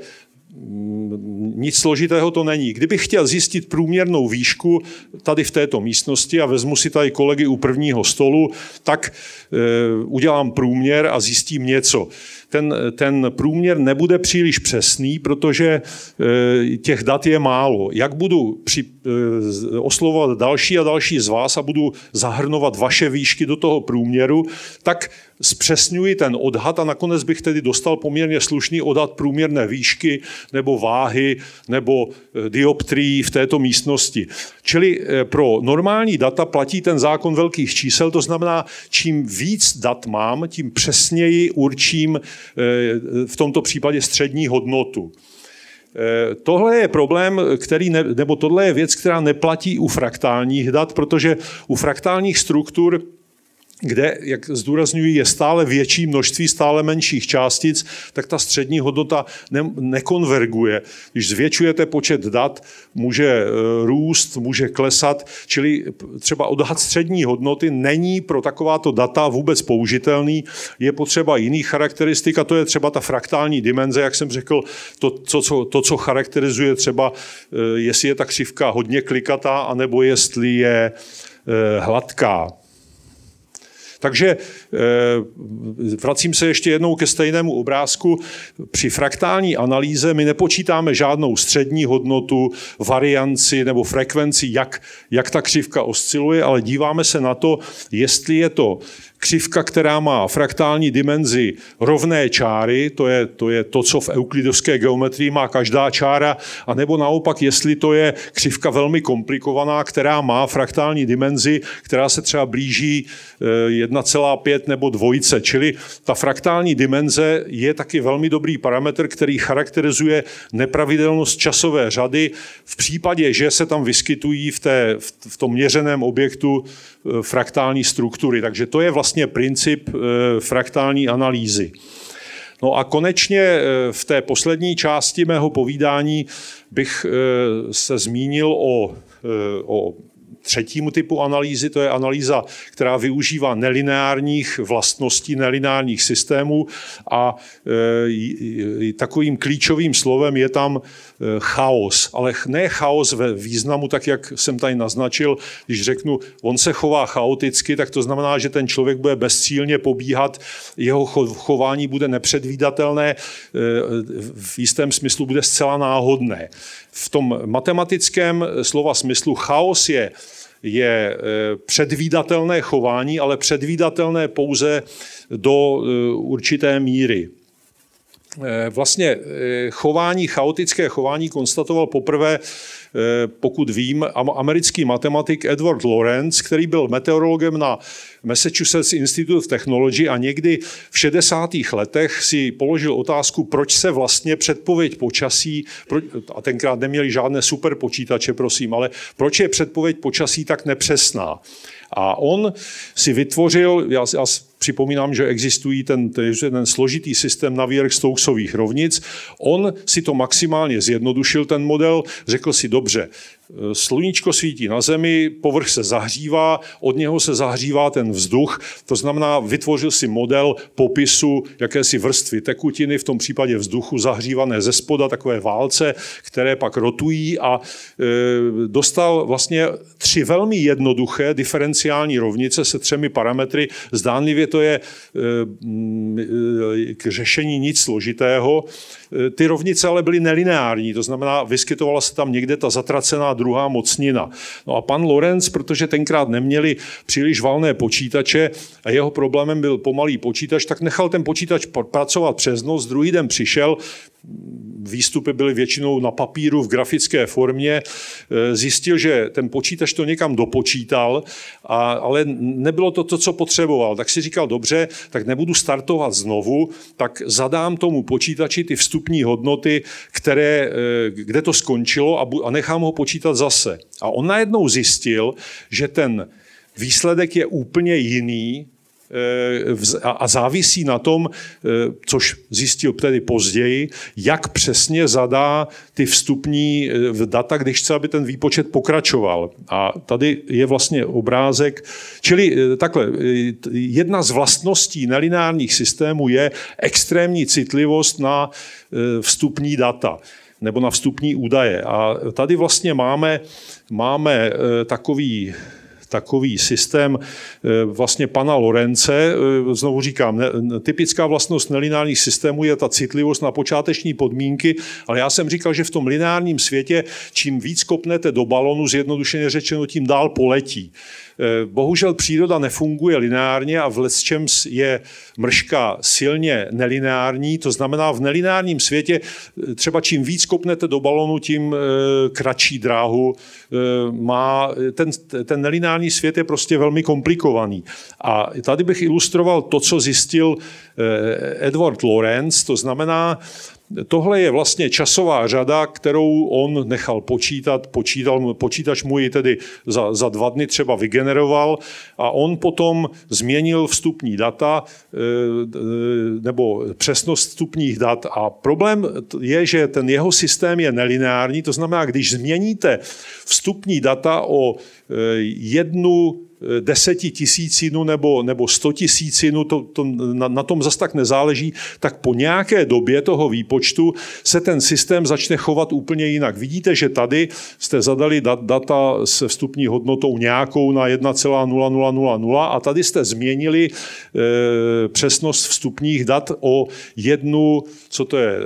nic složitého to není. Kdybych chtěl zjistit průměrnou výšku tady v této místnosti a vezmu si tady kolegy u prvního stolu, tak e, udělám průměr a zjistím něco. Ten, ten průměr nebude příliš přesný, protože e, těch dat je málo. Jak budu při, e, oslovovat další a další z vás a budu zahrnovat vaše výšky do toho průměru, tak zpřesňuji ten odhad a nakonec bych tedy dostal poměrně slušný odhad průměrné výšky nebo váhy nebo dioptrií v této místnosti. Čili pro normální data platí ten zákon velkých čísel, to znamená, čím víc dat mám, tím přesněji určím v tomto případě střední hodnotu. Tohle je problém, který ne, nebo tohle je věc, která neplatí u fraktálních dat, protože u fraktálních struktur, kde, jak zdůrazňuji, je stále větší množství stále menších částic, tak ta střední hodnota ne, nekonverguje. Když zvětšujete počet dat, může růst, může klesat, čili třeba odhad střední hodnoty není pro takováto data vůbec použitelný. Je potřeba jiných charakteristik a to je třeba ta fraktální dimenze, jak jsem řekl, to, co, co, to, co charakterizuje třeba, jestli je ta křivka hodně klikatá, anebo jestli je hladká. Takže vracím se ještě jednou ke stejnému obrázku. Při fraktální analýze my nepočítáme žádnou střední hodnotu, varianci nebo frekvenci, jak, jak ta křivka osciluje, ale díváme se na to, jestli je to křivka, která má fraktální dimenzi rovné čáry, to je, to je to, co v euklidovské geometrii má každá čára, anebo naopak, jestli to je křivka velmi komplikovaná, která má fraktální dimenzi, která se třeba blíží jedna celá pět nebo dvojce. Čili ta fraktální dimenze je taky velmi dobrý parametr, který charakterizuje nepravidelnost časové řady v případě, že se tam vyskytují v, té, v tom měřeném objektu fraktální struktury. Takže to je vlastně princip fraktální analýzy. No a konečně v té poslední části mého povídání bych se zmínil o, o třetímu typu analýzy, to je analýza, která využívá nelineárních vlastností, nelineárních systémů a e, takovým klíčovým slovem je tam chaos, ale ne chaos ve významu, tak jak jsem tady naznačil, když řeknu, on se chová chaoticky, tak to znamená, že ten člověk bude bezcílně pobíhat, jeho chování bude nepředvídatelné, v jistém smyslu bude zcela náhodné. V tom matematickém slova smyslu chaos je, je předvídatelné chování, ale předvídatelné pouze do určité míry. Vlastně chování, chaotické chování konstatoval poprvé, pokud vím, americký matematik Edward Lorenz, který byl meteorologem na Massachusetts Institute of Technology a někdy v šedesátých letech si položil otázku, proč se vlastně předpověď počasí, a tenkrát neměli žádné super počítače, prosím, ale proč je předpověď počasí tak nepřesná. A on si vytvořil, já, já připomínám, že existují ten, ten složitý systém Navier-Stokesových rovnic, on si to maximálně zjednodušil, ten model, řekl si, dobře, sluníčko svítí na zemi, povrch se zahřívá, od něho se zahřívá ten vzduch, to znamená, vytvořil si model popisu jakési vrstvy tekutiny, v tom případě vzduchu zahřívané ze spoda, takové válce, které pak rotují a e, dostal vlastně tři velmi jednoduché diferenciální rovnice se třemi parametry. Zdánlivě to je e, k řešení nic složitého. E, ty rovnice ale byly nelineární, to znamená, vyskytovala se tam někde ta zatracená druhá mocnina. No a pan Lorenz, protože tenkrát neměli příliš valné počítače a jeho problémem byl pomalý počítač, tak nechal ten počítač pracovat přes noc, druhý den přišel, výstupy byly většinou na papíru v grafické formě, zjistil, že ten počítač to někam dopočítal, a, ale nebylo to to, co potřeboval. Tak si říkal, dobře, tak nebudu startovat znovu, tak zadám tomu počítači ty vstupní hodnoty, které, kde to skončilo a, a nechám ho počítat zase. A on najednou zjistil, že ten výsledek je úplně jiný, a závisí na tom, což zjistil tedy později, jak přesně zadá ty vstupní data, když chce, aby ten výpočet pokračoval. A tady je vlastně obrázek. Čili takhle, jedna z vlastností nelineárních systémů je extrémní citlivost na vstupní data nebo na vstupní údaje. A tady vlastně máme, máme takový takový systém vlastně pana Lorence. Znovu říkám, typická vlastnost nelineárních systémů je ta citlivost na počáteční podmínky, ale já jsem říkal, že v tom lineárním světě, čím víc kopnete do balonu, zjednodušeně řečeno, tím dál poletí. Bohužel příroda nefunguje lineárně a v lecčems je mrška silně nelineární, to znamená v nelineárním světě třeba čím víc kopnete do balonu, tím kratší dráhu má. Ten, ten nelineární svět je prostě velmi komplikovaný. A tady bych ilustroval to, co zjistil Edward Lorenz, to znamená, tohle je vlastně časová řada, kterou on nechal počítat, počítal, počítač mu ji tedy za, za dva dny třeba vygeneroval a on potom změnil vstupní data nebo přesnost vstupních dat a problém je, že ten jeho systém je nelineární, to znamená, když změníte vstupní data o jednu desetitisícinu nebo, nebo stotisícinu, to, to, na, na tom zas tak nezáleží, tak po nějaké době toho výpočtu se ten systém začne chovat úplně jinak. Vidíte, že tady jste zadali dat, data se vstupní hodnotou nějakou na jedna celá nula nula nula nula a tady jste změnili e, přesnost vstupních dat o jednu, co to je, e,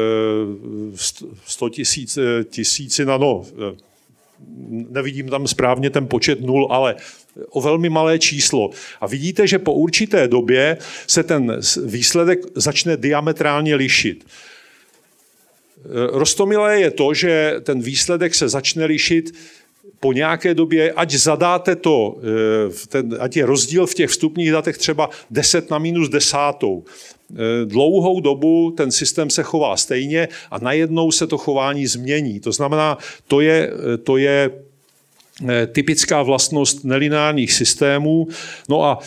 sto tisíc, tisícina, no, e, nevidím tam správně ten počet nul, ale o velmi malé číslo. A vidíte, že po určité době se ten výsledek začne diametrálně lišit. Roztomilé je to, že ten výsledek se začne lišit po nějaké době, ať zadáte to, ten, ať je rozdíl v těch vstupních datech třeba deset na minus desátou. Dlouhou dobu ten systém se chová stejně a najednou se to chování změní. To znamená, to je, to je typická vlastnost nelineárních systémů. No a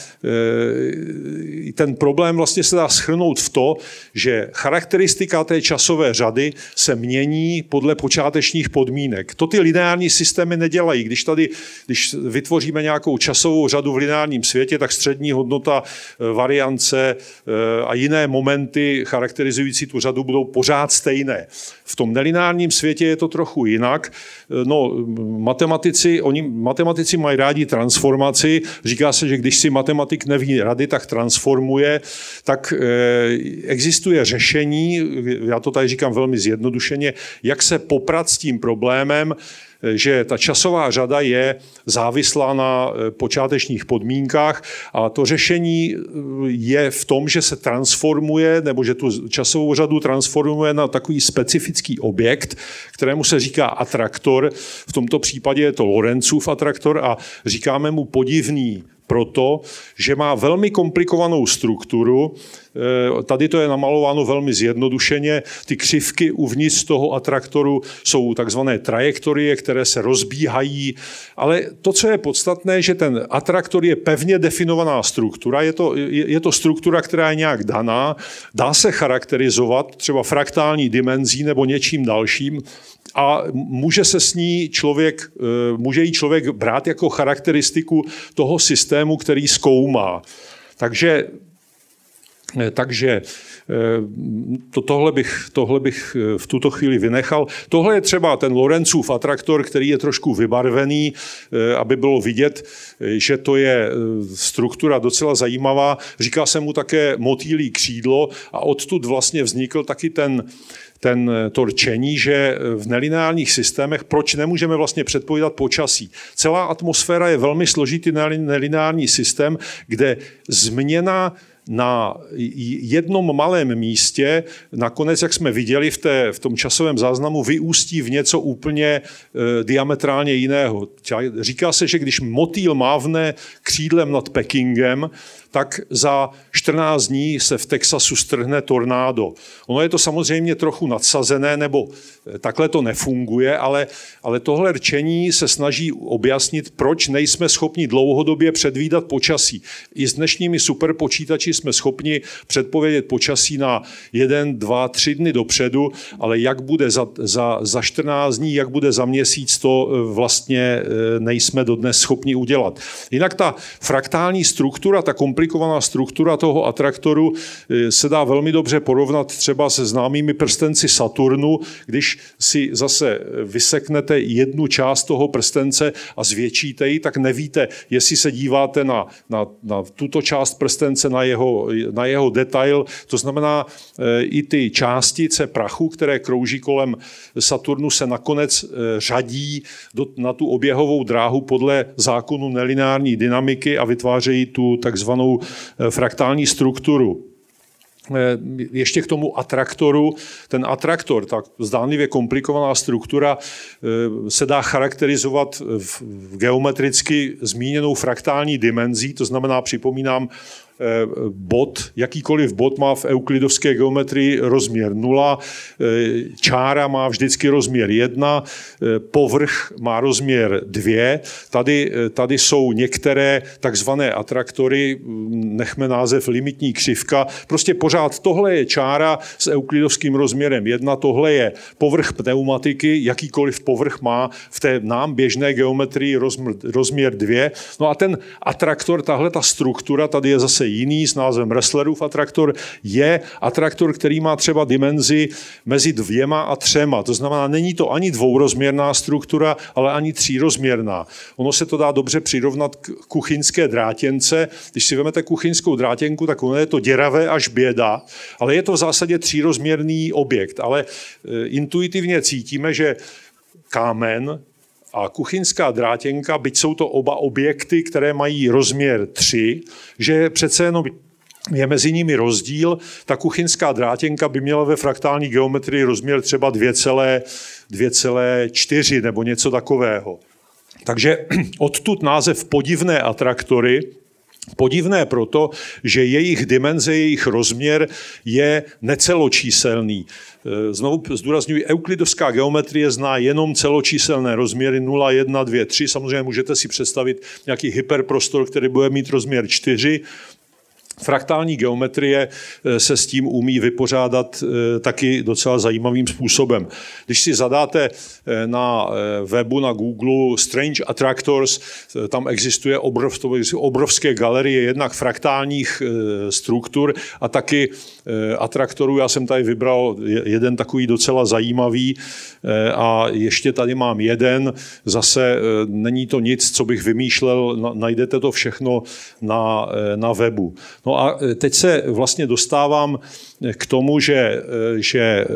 e, ten problém vlastně se dá shrnout v to, že charakteristika té časové řady se mění podle počátečních podmínek. To ty lineární systémy nedělají. Když tady, když vytvoříme nějakou časovou řadu v lineárním světě, tak střední hodnota, variance e, a jiné momenty charakterizující tu řadu budou pořád stejné. V tom nelineárním světě je to trochu jinak. No, matematici Oni, matematici mají rádi transformaci. Říká se, že když si matematik neví rady, tak transformuje. Tak e, existuje řešení, já to tady říkám velmi zjednodušeně, jak se poprat s tím problémem, že ta časová řada je závislá na počátečních podmínkách a to řešení je v tom, že se transformuje, nebo že tu časovou řadu transformuje na takový specifický objekt, kterému se říká atraktor. V tomto případě je to Lorenzův atraktor a říkáme mu podivný proto, že má velmi komplikovanou strukturu. Tady to je namalováno velmi zjednodušeně. Ty křivky uvnitř toho atraktoru jsou takzvané trajektorie, které se rozbíhají, ale to, co je podstatné, že ten atraktor je pevně definovaná struktura, je to, je, je to struktura, která je nějak daná, dá se charakterizovat třeba fraktální dimenzí nebo něčím dalším, a může se s ní člověk, může jí člověk brát jako charakteristiku toho systému, který zkoumá. Takže, takže to, tohle, bych, tohle bych v tuto chvíli vynechal. Tohle je třeba ten Lorenzův atraktor, který je trošku vybarvený, aby bylo vidět, že to je struktura docela zajímavá. Říká se mu také motýlí křídlo a odtud vlastně vznikl taky ten ten, to rčení, že v nelineárních systémech, proč nemůžeme vlastně předpovídat počasí. Celá atmosféra je velmi složitý nelineární systém, kde změna na jednom malém místě, nakonec, jak jsme viděli v, té, v tom časovém záznamu, vyústí v něco úplně e, diametrálně jiného. Říká se, že když motýl mávne křídlem nad Pekingem, tak za čtrnáct dní se v Texasu strhne tornádo. Ono je to samozřejmě trochu nadsazené, nebo takhle to nefunguje, ale, ale tohle rčení se snaží objasnit, proč nejsme schopni dlouhodobě předvídat počasí. I s dnešními superpočítači jsme schopni předpovědět počasí na jeden, dva, tři dny dopředu, ale jak bude za, za, za čtrnáct dní, jak bude za měsíc, to vlastně nejsme dodnes schopni udělat. Jinak ta fraktální struktura, ta komplikovaná struktura toho atraktoru se dá velmi dobře porovnat třeba se známými prstenci Saturnu, když si zase vyseknete jednu část toho prstence a zvětšíte ji, tak nevíte, jestli se díváte na, na, na tuto část prstence, na jeho, na jeho detail. To znamená, i ty částice prachu, které krouží kolem Saturnu, se nakonec řadí do, na tu oběhovou dráhu podle zákonu nelineární dynamiky a vytvářejí tu takzvanou fraktální strukturu. Ještě k tomu atraktoru. Ten atraktor, ta zdánlivě komplikovaná struktura, se dá charakterizovat v geometricky zmíněnou fraktální dimenzí, to znamená, připomínám, bod, jakýkoliv bod má v euklidovské geometrii rozměr nula, čára má vždycky rozměr jedna, povrch má rozměr dvě. Tady, tady jsou některé takzvané atraktory, nechme název limitní křivka. Prostě pořád tohle je čára s euklidovským rozměrem jedna, tohle je povrch pneumatiky, jakýkoliv povrch má v té nám běžné geometrii rozměr, rozměr dvě. No a ten atraktor, tahle ta struktura, tady je zase jiný s názvem Resslerův atraktor, je atraktor, který má třeba dimenzi mezi dvěma a třema. To znamená, není to ani dvourozměrná struktura, ale ani třírozměrná. Ono se to dá dobře přirovnat k kuchyňské drátěnce. Když si vezmete kuchyňskou drátěnku, tak ono je to děravé až běda, ale je to v zásadě třírozměrný objekt. Ale intuitivně cítíme, že kámen a kuchyňská drátěnka, byť jsou to oba objekty, které mají rozměr tři, že přece jenom je mezi nimi rozdíl. Ta kuchyňská drátěnka by měla ve fraktální geometrii rozměr třeba dvě celé čtyři nebo něco takového. Takže odtud název podivné atraktory. Podivné proto, že jejich dimenze, jejich rozměr je neceločíselný. Znovu zdůrazňuji, euklidovská geometrie zná jenom celočíselné rozměry nula, jedna, dva, tři. Samozřejmě můžete si představit nějaký hyperprostor, který bude mít rozměr čtyři. Fraktální geometrie se s tím umí vypořádat taky docela zajímavým způsobem. Když si zadáte na webu, na Google Strange Attractors, tam existuje obrov, obrovské galerie jednak fraktálních struktur a taky atraktorů. Já jsem tady vybral jeden takový docela zajímavý a ještě tady mám jeden. Zase není to nic, co bych vymýšlel, najdete to všechno na, na webu. No a teď se vlastně dostávám k tomu, že, že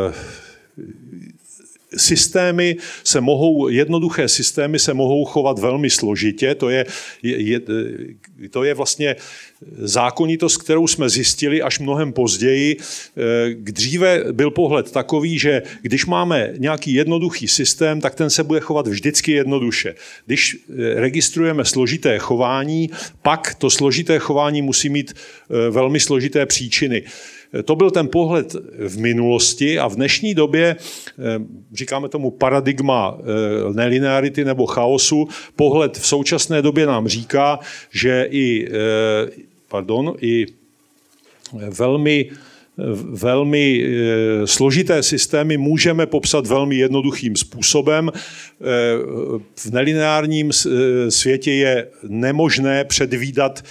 systémy se mohou, jednoduché systémy se mohou chovat velmi složitě. To je, je, to je vlastně zákonitost, kterou jsme zjistili až mnohem později. Dříve byl pohled takový, že když máme nějaký jednoduchý systém, tak ten se bude chovat vždycky jednoduše. Když registrujeme složité chování, pak to složité chování musí mít velmi složité příčiny. To byl ten pohled v minulosti a v dnešní době, říkáme tomu paradigma nelinearity nebo chaosu, pohled v současné době nám říká, že i, pardon, i velmi velmi složité systémy můžeme popsat velmi jednoduchým způsobem. V nelineárním světě je nemožné předvídat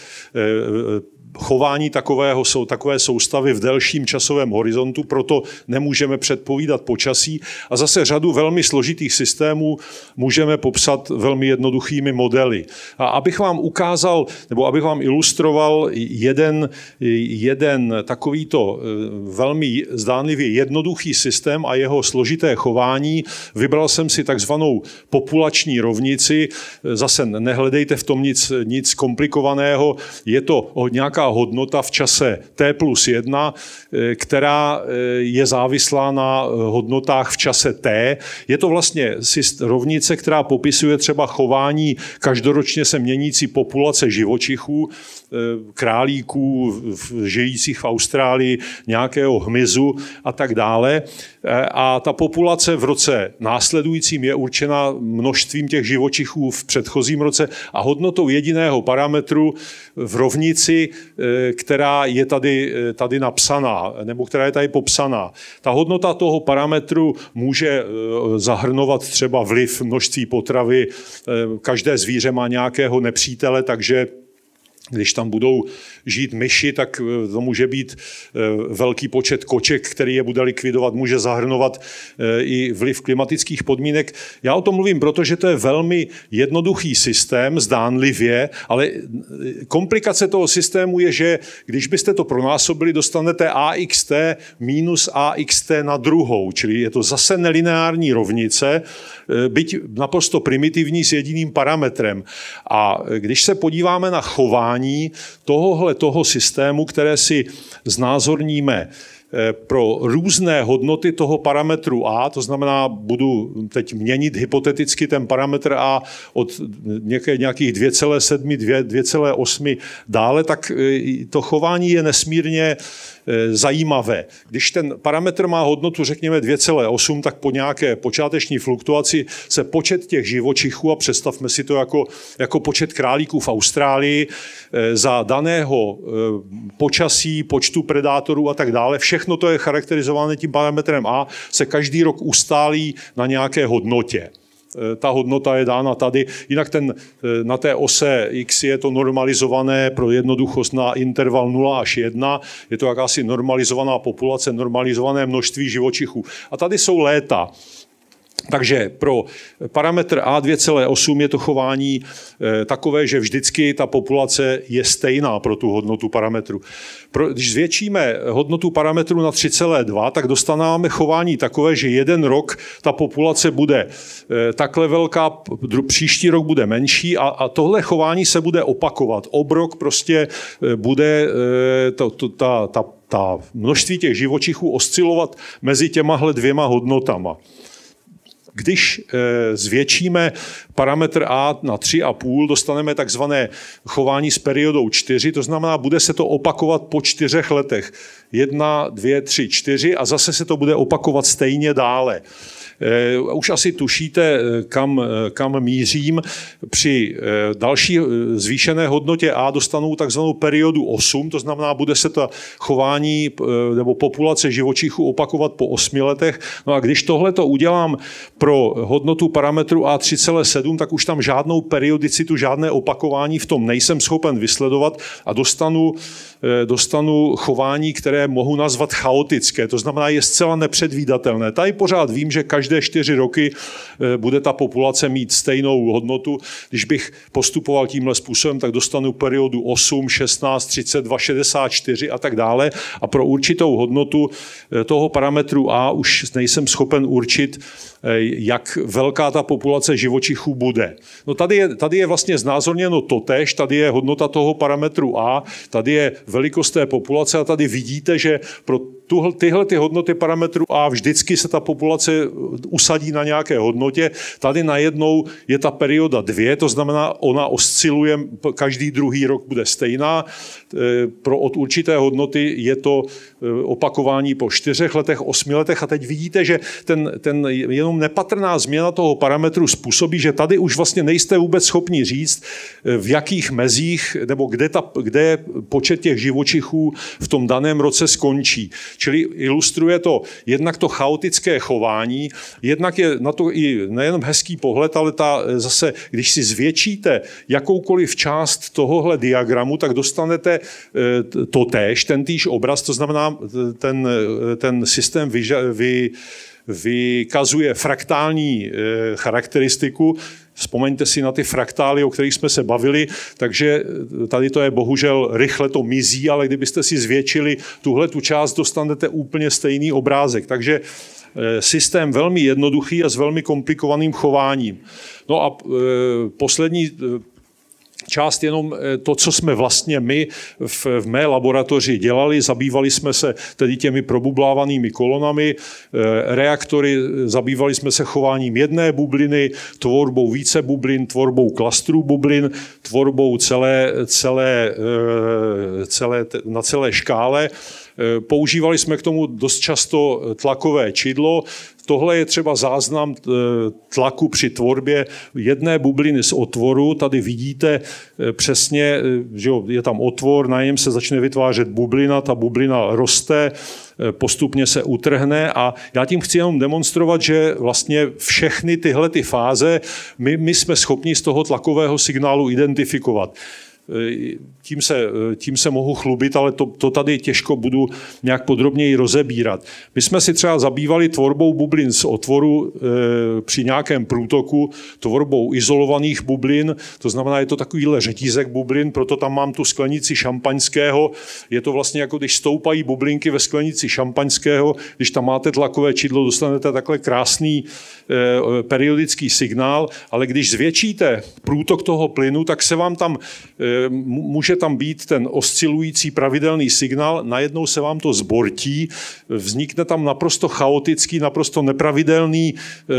chování takového, jsou takové soustavy v delším časovém horizontu, proto nemůžeme předpovídat počasí a zase řadu velmi složitých systémů můžeme popsat velmi jednoduchými modely. A abych vám ukázal, nebo abych vám ilustroval jeden, jeden takovýto velmi zdánlivě jednoduchý systém a jeho složité chování, vybral jsem si takzvanou populační rovnici. Zase nehledejte v tom nic, nic komplikovaného, je to nějaká hodnota v čase t plus jedna, která je závislá na hodnotách v čase t. Je to vlastně rovnice, která popisuje třeba chování každoročně se měnící populace živočichů, králíků žijících v Austrálii, nějakého hmyzu a tak dále. A ta populace v roce následujícím je určena množstvím těch živočichů v předchozím roce a hodnotou jediného parametru v rovnici, která je tady, tady napsaná, nebo která je tady popsaná. Ta hodnota toho parametru může zahrnovat třeba vliv množství potravy. Každé zvíře má nějakého nepřítele, takže když tam budou žít myši, tak to může být velký počet koček, který je bude likvidovat, může zahrnovat i vliv klimatických podmínek. Já o tom mluvím, protože to je velmi jednoduchý systém, zdánlivě, ale komplikace toho systému je, že když byste to pronásobili, dostanete axt minus axt na druhou, čili je to zase nelineární rovnice, byť naprosto primitivní s jediným parametrem. A když se podíváme na chování tohohle toho systému, které si znázorníme pro různé hodnoty toho parametru a, to znamená, budu teď měnit hypoteticky ten parametr a od nějakých dva celé sedm, dva celé osm dále, tak to chování je nesmírně zajímavé. Když ten parametr má hodnotu, řekněme dva celé osm, tak po nějaké počáteční fluktuaci se počet těch živočichů, a představme si to jako, jako počet králíků v Austrálii, za daného počasí, počtu predátorů a tak dále, všechno to je charakterizované tím parametrem A, se každý rok ustálí na nějaké hodnotě. Ta hodnota je dána tady. Jinak ten, na té ose X je to normalizované pro jednoduchost na interval nula až jedna. Je to jakási normalizovaná populace, normalizované množství živočichů. A tady jsou léta. Takže pro parametr A dva celé osm je to chování takové, že vždycky ta populace je stejná pro tu hodnotu parametru. Když zvětšíme hodnotu parametru na tři celé dva, tak dostaneme chování takové, že jeden rok ta populace bude takhle velká, příští rok bude menší a, a tohle chování se bude opakovat. Obrok prostě bude to, to, ta, ta, ta množství těch živočichů oscilovat mezi těmahle dvěma hodnotama. Když zvětšíme parametr A na tři a půl, dostaneme takzvané chování s periodou čtyři, to znamená, bude se to opakovat po čtyřech letech. Jedna, dvě, tři, čtyři a zase se to bude opakovat stejně dále. Už asi tušíte, kam, kam mířím. Při další zvýšené hodnotě A dostanou takzvanou periodu osm, to znamená, bude se to chování nebo populace živočichů opakovat po osmi letech. No a když tohle to udělám pro hodnotu parametru A tři celá sedm, tak už tam žádnou periodicitu, žádné opakování v tom nejsem schopen vysledovat a dostanu, dostanu chování, které mohu nazvat chaotické. To znamená, je zcela nepředvídatelné. Tady pořád vím, že každé Každé čtyři roky bude ta populace mít stejnou hodnotu. Když bych postupoval tímhle způsobem, tak dostanu periodu osm, šestnáct, třicet dva, šedesát čtyři a tak dále. A pro určitou hodnotu toho parametru A už nejsem schopen určit, jak velká ta populace živočichů bude. No tady je, tady je vlastně znázorněno totéž, tady je hodnota toho parametru A, tady je velikost té populace a tady vidíte, že pro tuhle, tyhle ty hodnoty parametru A vždycky se ta populace usadí na nějaké hodnotě. Tady najednou je ta perioda dvě, to znamená, ona osciluje, každý druhý rok bude stejná. Pro od určité hodnoty je to opakování po čtyřech letech, osmi letech a teď vidíte, že ten, ten jenom nepatrná změna toho parametru způsobí, že tady už vlastně nejste vůbec schopni říct, v jakých mezích nebo kde, ta, kde počet těch živočichů v tom daném roce skončí. Čili ilustruje to jednak to chaotické chování, jednak je na to i nejenom hezký pohled, ale ta, zase, když si zvětšíte jakoukoliv část tohohle diagramu, tak dostanete totéž, ten týž obraz, to znamená, ten, ten systém vyža, vy, vykazuje fraktální charakteristiku. Vzpomeňte si na ty fraktály, o kterých jsme se bavili, takže tady to je bohužel rychle to mizí, ale kdybyste si zvětšili tuhle tu část, dostanete úplně stejný obrázek. Takže systém velmi jednoduchý a s velmi komplikovaným chováním. No a poslední část jenom to, co jsme vlastně my v, v mé laboratoři dělali. Zabývali jsme se tedy těmi probublávanými kolonami, reaktory, zabývali jsme se chováním jedné bubliny, tvorbou více bublin, tvorbou klastrů bublin, tvorbou celé, celé, celé, na celé škále. Používali jsme k tomu dost často tlakové čidlo. Tohle je třeba záznam tlaku při tvorbě jedné bubliny z otvoru. Tady vidíte přesně, že je tam otvor, na něm se začne vytvářet bublina, ta bublina roste, postupně se utrhne a já tím chci jenom demonstrovat, že vlastně všechny tyhle ty fáze my, my jsme schopni z toho tlakového signálu identifikovat. Tím se, tím se mohu chlubit, ale to, to tady těžko budu nějak podrobněji rozebírat. My jsme si třeba zabývali tvorbou bublin z otvoru e, při nějakém průtoku, tvorbou izolovaných bublin, to znamená, je to takovýhle řetízek bublin, proto tam mám tu sklenici šampaňského. Je to vlastně jako když stoupají bublinky ve sklenici šampaňského, když tam máte tlakové čidlo, dostanete takhle krásný e, periodický signál, ale když zvětšíte průtok toho plynu, tak se vám tam e, může tam být ten oscilující pravidelný signál, najednou se vám to zbortí, vznikne tam naprosto chaotický, naprosto nepravidelný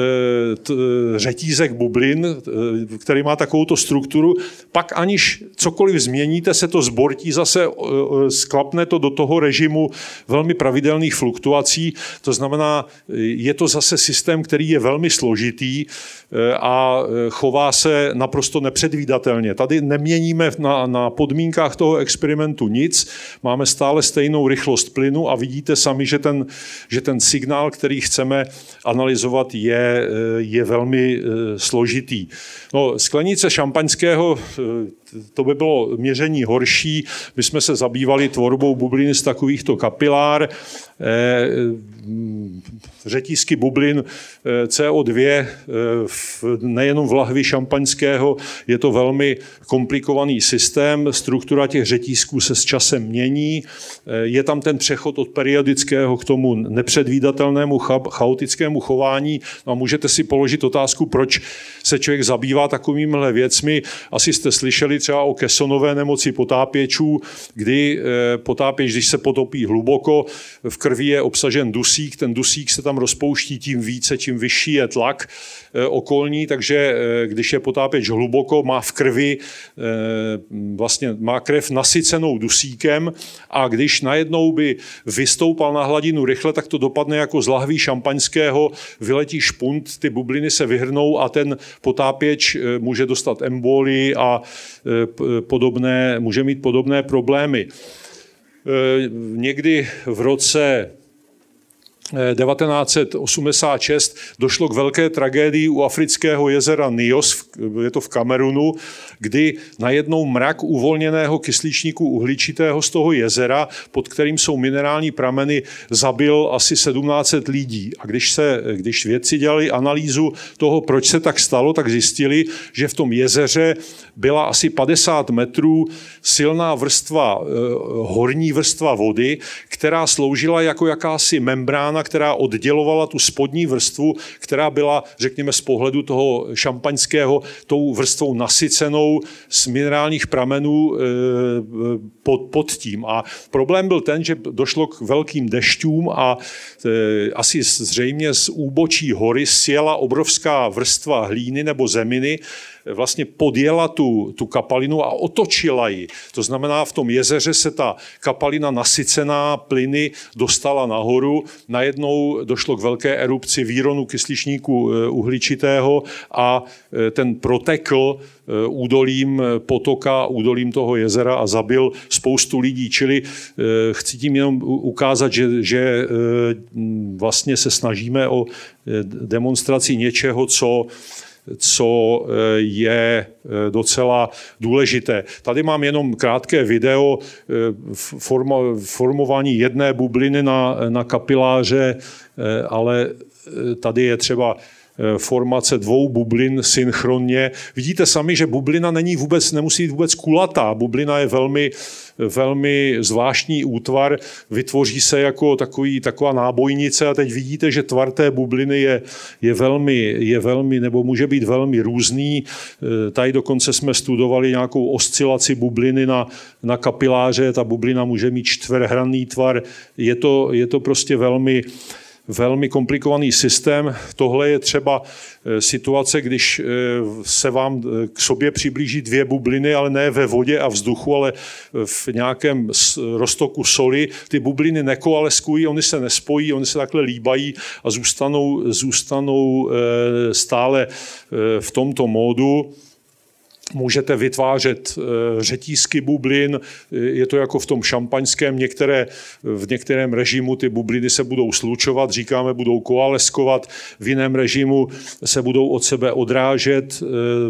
řetízek bublin, který má takovouto strukturu. Pak aniž cokoliv změníte, se to zbortí, zase sklapne to do toho režimu velmi pravidelných fluktuací. To znamená, je to zase systém, který je velmi složitý a chová se naprosto nepředvídatelně. Tady neměníme na, na podmínkách toho experimentu nic, máme stále stejnou rychlost plynu a vidíte sami, že ten, že ten signál, který chceme analyzovat, je, je velmi složitý. No, sklenice šampaňského, to by bylo měření horší. My jsme se zabývali tvorbou bublin z takovýchto kapilár. Řetízky bublin C O dva nejenom v lahvi šampaňského, je to velmi komplikovaný systém, struktura těch řetízků se s časem mění, je tam ten přechod od periodického k tomu nepředvídatelnému chaotickému chování. No a můžete si položit otázku, proč se člověk zabývá takovýmhle věcmi. Asi jste slyšeli třeba o Kessonové nemoci potápěčů, kdy potápěč, když se potopí hluboko, v krvi je obsažen dusík, ten dusík se tam rozpouští tím více, čím vyšší je tlak okolní, takže když je potápěč hluboko, má v krvi, vlastně má krev nasycenou dusíkem a když najednou by vystoupal na hladinu rychle, tak to dopadne jako z lahví šampaňského, vyletí špunt, ty bubliny se vyhrnou a ten potápěč může dostat embolii a podobné, může mít podobné problémy. Někdy v roce devatenáct set osmdesát šest došlo k velké tragédii u afrického jezera Nios, je to v Kamerunu, kdy najednou mrak uvolněného kyslíčníku uhličitého z toho jezera, pod kterým jsou minerální prameny, zabil asi sedmnáct set lidí. A když, se, když vědci dělali analýzu toho, proč se tak stalo, tak zjistili, že v tom jezeře byla asi padesát metrů silná vrstva, horní vrstva vody, která sloužila jako jakási membrána, která oddělovala tu spodní vrstvu, která byla, řekněme, z pohledu toho šampaňského tou vrstvou nasycenou z minerálních pramenů pod, pod tím. A problém byl ten, že došlo k velkým dešťům a asi zřejmě z úbočí hory sjela obrovská vrstva hlíny nebo zeminy, vlastně podjela tu, tu kapalinu a otočila ji. To znamená, v tom jezeře se ta kapalina nasycená plyny dostala nahoru, najednou došlo k velké erupci výronu kyslíčníku uhličitého a ten protekl údolím potoka, údolím toho jezera a zabil spoustu lidí. Čili chci tím jenom ukázat, že, že vlastně se snažíme o demonstraci něčeho, co co je docela důležité. Tady mám jenom krátké video forma, formování jedné bubliny na, na kapiláře, ale tady je třeba formace dvou bublin synchronně. Vidíte sami, že bublina není vůbec, nemusí být vůbec kulatá. Bublina je velmi, velmi zvláštní útvar, vytvoří se jako takový, taková nábojnice a teď vidíte, že tvar té bubliny je, je, velmi, je velmi, nebo může být velmi různý. Tady dokonce jsme studovali nějakou oscilaci bubliny na, na kapiláře, ta bublina může mít čtverhranný tvar. Je to, je to prostě velmi velmi komplikovaný systém. Tohle je třeba situace, když se vám k sobě přiblíží dvě bubliny, ale ne ve vodě a vzduchu, ale v nějakém roztoku soli. Ty bubliny nekoaleskují, oni se nespojí, oni se takhle líbají a zůstanou, zůstanou stále v tomto módu. Můžete vytvářet řetízky bublin, je to jako v tom šampaňském, některé, v některém režimu ty bubliny se budou slučovat, říkáme, budou koaleskovat, v jiném režimu se budou od sebe odrážet.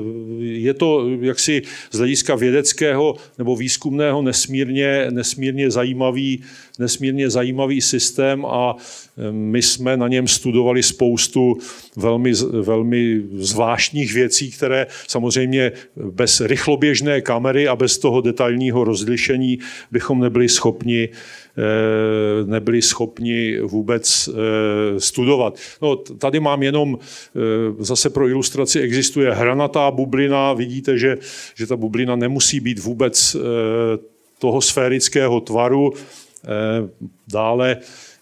Je to jaksi z hlediska vědeckého nebo výzkumného nesmírně, nesmírně zajímavý, nesmírně zajímavý systém a my jsme na něm studovali spoustu velmi, velmi zvláštních věcí, které samozřejmě bez rychloběžné kamery a bez toho detailního rozlišení bychom nebyli schopni, nebyli schopni vůbec studovat. No, tady mám jenom, zase pro ilustraci, existuje hranatá bublina. Vidíte, že, že ta bublina nemusí být vůbec toho sférického tvaru. Dále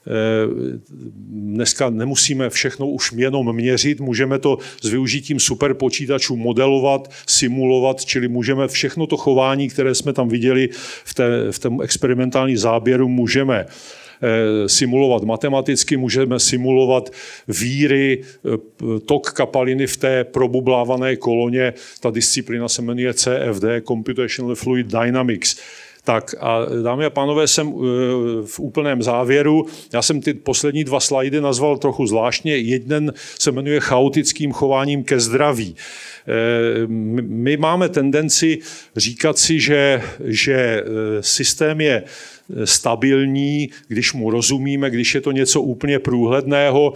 dneska nemusíme všechno už jenom měřit, můžeme to s využitím superpočítačů modelovat, simulovat, čili můžeme všechno to chování, které jsme tam viděli v, té, v tom experimentální záběru, můžeme simulovat matematicky, můžeme simulovat víry, tok kapaliny v té probublávané koloně. Ta disciplína se jmenuje C F D, Computational Fluid Dynamics. Tak a dámy a pánové, jsem v úplném závěru. Já jsem ty poslední dva slajdy nazval trochu zvláštně. Jeden se jmenuje chaotickým chováním ke zdraví. My máme tendenci říkat si, že, že systém je stabilní, když mu rozumíme, když je to něco úplně průhledného.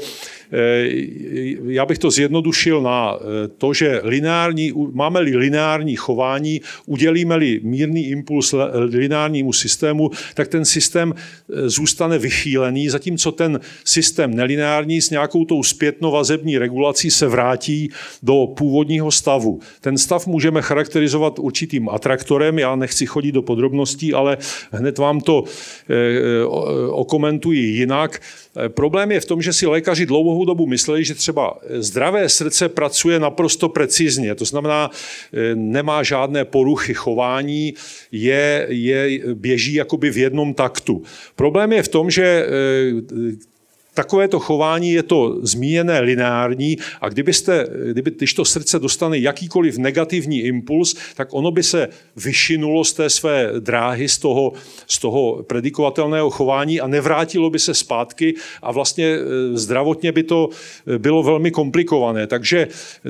Já bych to zjednodušil na to, že lineární, máme-li lineární chování, udělíme-li mírný impuls lineárnímu systému, tak ten systém zůstane vychýlený, zatímco ten systém nelineární s nějakou tou zpětnovazební regulací se vrátí do původního stavu. Ten stav můžeme charakterizovat určitým atraktorem, já nechci chodit do podrobností, ale hned vám to okomentuji jinak. Problém je v tom, že si lékaři dlouhou dobu mysleli, že třeba zdravé srdce pracuje naprosto precizně, to znamená, nemá žádné poruchy chování, je, je, běží jakoby v jednom taktu. Problém je v tom, že takovéto chování je to zmíněné lineární a kdybyste, kdyby, když to srdce dostane jakýkoliv negativní impuls, tak ono by se vyšinulo z té své dráhy, z toho, z toho predikovatelného chování a nevrátilo by se zpátky a vlastně zdravotně by to bylo velmi komplikované. Takže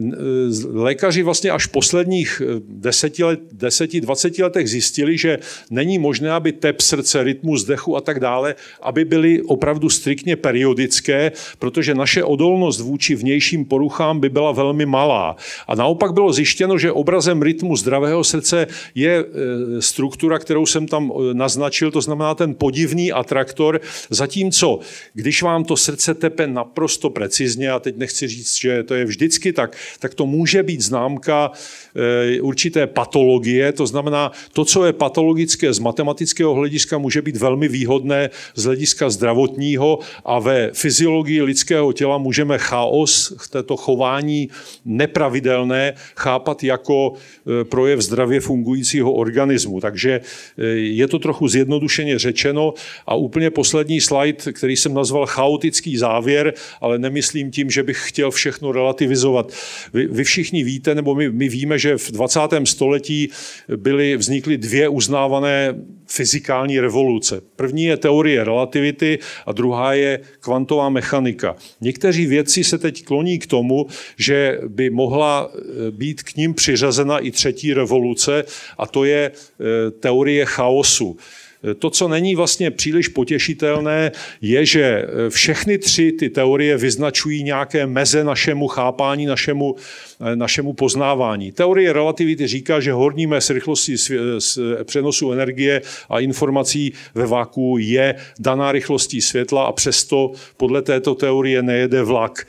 lékaři vlastně až v posledních deseti, let, deseti, dvaceti letech zjistili, že není možné, aby tep srdce, rytmus dechu a tak dále, aby byly opravdu striktně periodické, protože naše odolnost vůči vnějším poruchám by byla velmi malá. A naopak bylo zjištěno, že obrazem rytmu zdravého srdce je struktura, kterou jsem tam naznačil, to znamená ten podivný atraktor, zatímco když vám to srdce tepe naprosto precizně, a teď nechci říct, že to je vždycky tak, tak to může být známka určité patologie, to znamená to, co je patologické z matematického hlediska, může být velmi výhodné z hlediska zdravotního a ve fyziologii lidského těla můžeme chaos, této chování nepravidelné, chápat jako projev zdravě fungujícího organismu. Takže je to trochu zjednodušeně řečeno a úplně poslední slide, který jsem nazval chaotický závěr, ale nemyslím tím, že bych chtěl všechno relativizovat. Vy, vy všichni víte, nebo my, my víme, že v dvacátém století byly, vznikly dvě uznávané fyzikální revoluce. První je teorie relativity a druhá je kvantová mechanika. Někteří vědci se teď kloní k tomu, že by mohla být k ním přiřazena i třetí revoluce a to je teorie chaosu. To, co není vlastně příliš potěšitelné, je, že všechny tři ty teorie vyznačují nějaké meze našemu chápání, našemu, našemu poznávání. Teorie relativity říká, že horní mez rychlosti přenosu energie a informací ve vakuu je daná rychlostí světla a přesto podle této teorie nejede vlak.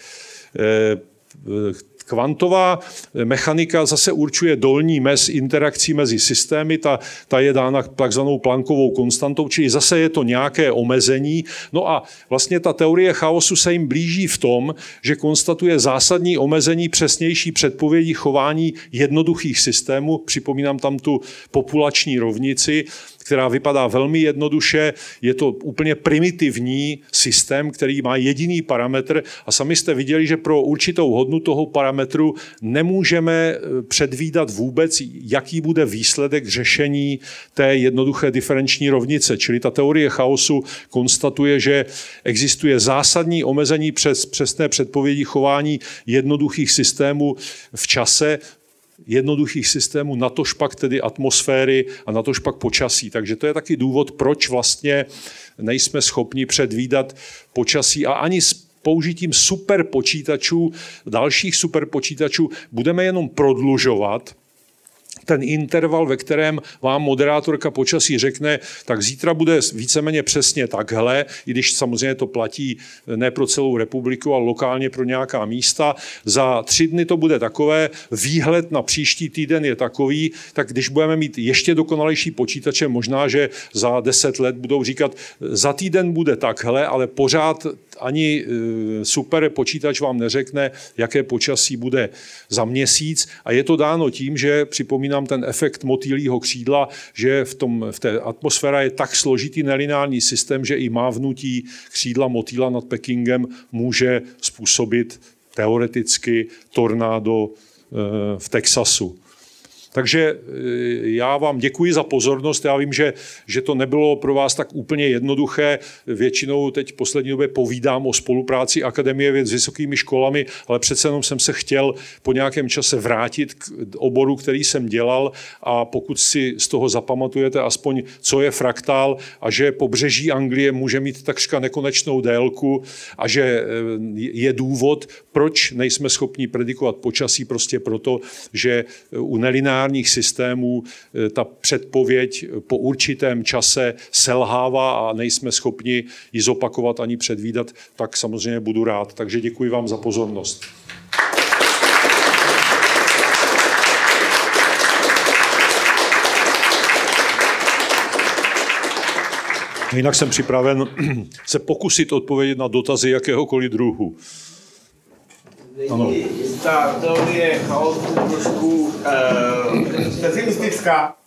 Kvantová mechanika zase určuje dolní mez interakcí mezi systémy, ta, ta je dána takzvanou Planckovou konstantou, čili zase je to nějaké omezení. No a vlastně ta teorie chaosu se jim blíží v tom, že konstatuje zásadní omezení přesnější předpovědi chování jednoduchých systémů. Připomínám tam tu populační rovnici, která vypadá velmi jednoduše. Je to úplně primitivní systém, který má jediný parametr a sami jste viděli, že pro určitou hodnotu toho parametru nemůžeme předvídat vůbec, jaký bude výsledek řešení té jednoduché diferenční rovnice. Čili ta teorie chaosu konstatuje, že existuje zásadní omezení přes přesné předpovědi chování jednoduchých systémů v čase, jednoduchých systémů, natož pak tedy atmosféry a natož pak počasí. Takže to je taky důvod, proč vlastně nejsme schopni předvídat počasí a ani s použitím superpočítačů, dalších superpočítačů budeme jenom prodlužovat ten interval, ve kterém vám moderátorka počasí řekne, tak zítra bude víceméně přesně takhle, i když samozřejmě to platí ne pro celou republiku, ale lokálně pro nějaká místa. Za tři dny to bude takové, výhled na příští týden je takový, tak když budeme mít ještě dokonalejší počítače, možná, že za deset let budou říkat, za týden bude takhle, ale pořád ani super počítač vám neřekne, jaké počasí bude za měsíc a je to dáno tím, že připomínám ten efekt motýlího křídla, že v, tom, v té atmosféra je tak složitý nelineární systém, že i mávnutí křídla motýla nad Pekingem může způsobit teoreticky tornádo v Texasu. Takže já vám děkuji za pozornost. Já vím, že, že to nebylo pro vás tak úplně jednoduché. Většinou teď v poslední době povídám o spolupráci Akademie věd s vysokými školami, ale přece jenom jsem se chtěl po nějakém čase vrátit k oboru, který jsem dělal, a pokud si z toho zapamatujete aspoň, co je fraktál a že pobřeží Anglie může mít takřka nekonečnou délku a že je důvod, proč nejsme schopni predikovat počasí, prostě proto, že u nelineárních systémů ta předpověď po určitém čase selhává a nejsme schopni ji zopakovat ani předvídat, tak samozřejmě budu rád. Takže děkuji vám za pozornost. Jinak jsem připraven se pokusit odpovědět na dotazy jakéhokoliv druhu. Ano. Ta teorie chaosu trošku uh, pesimistická.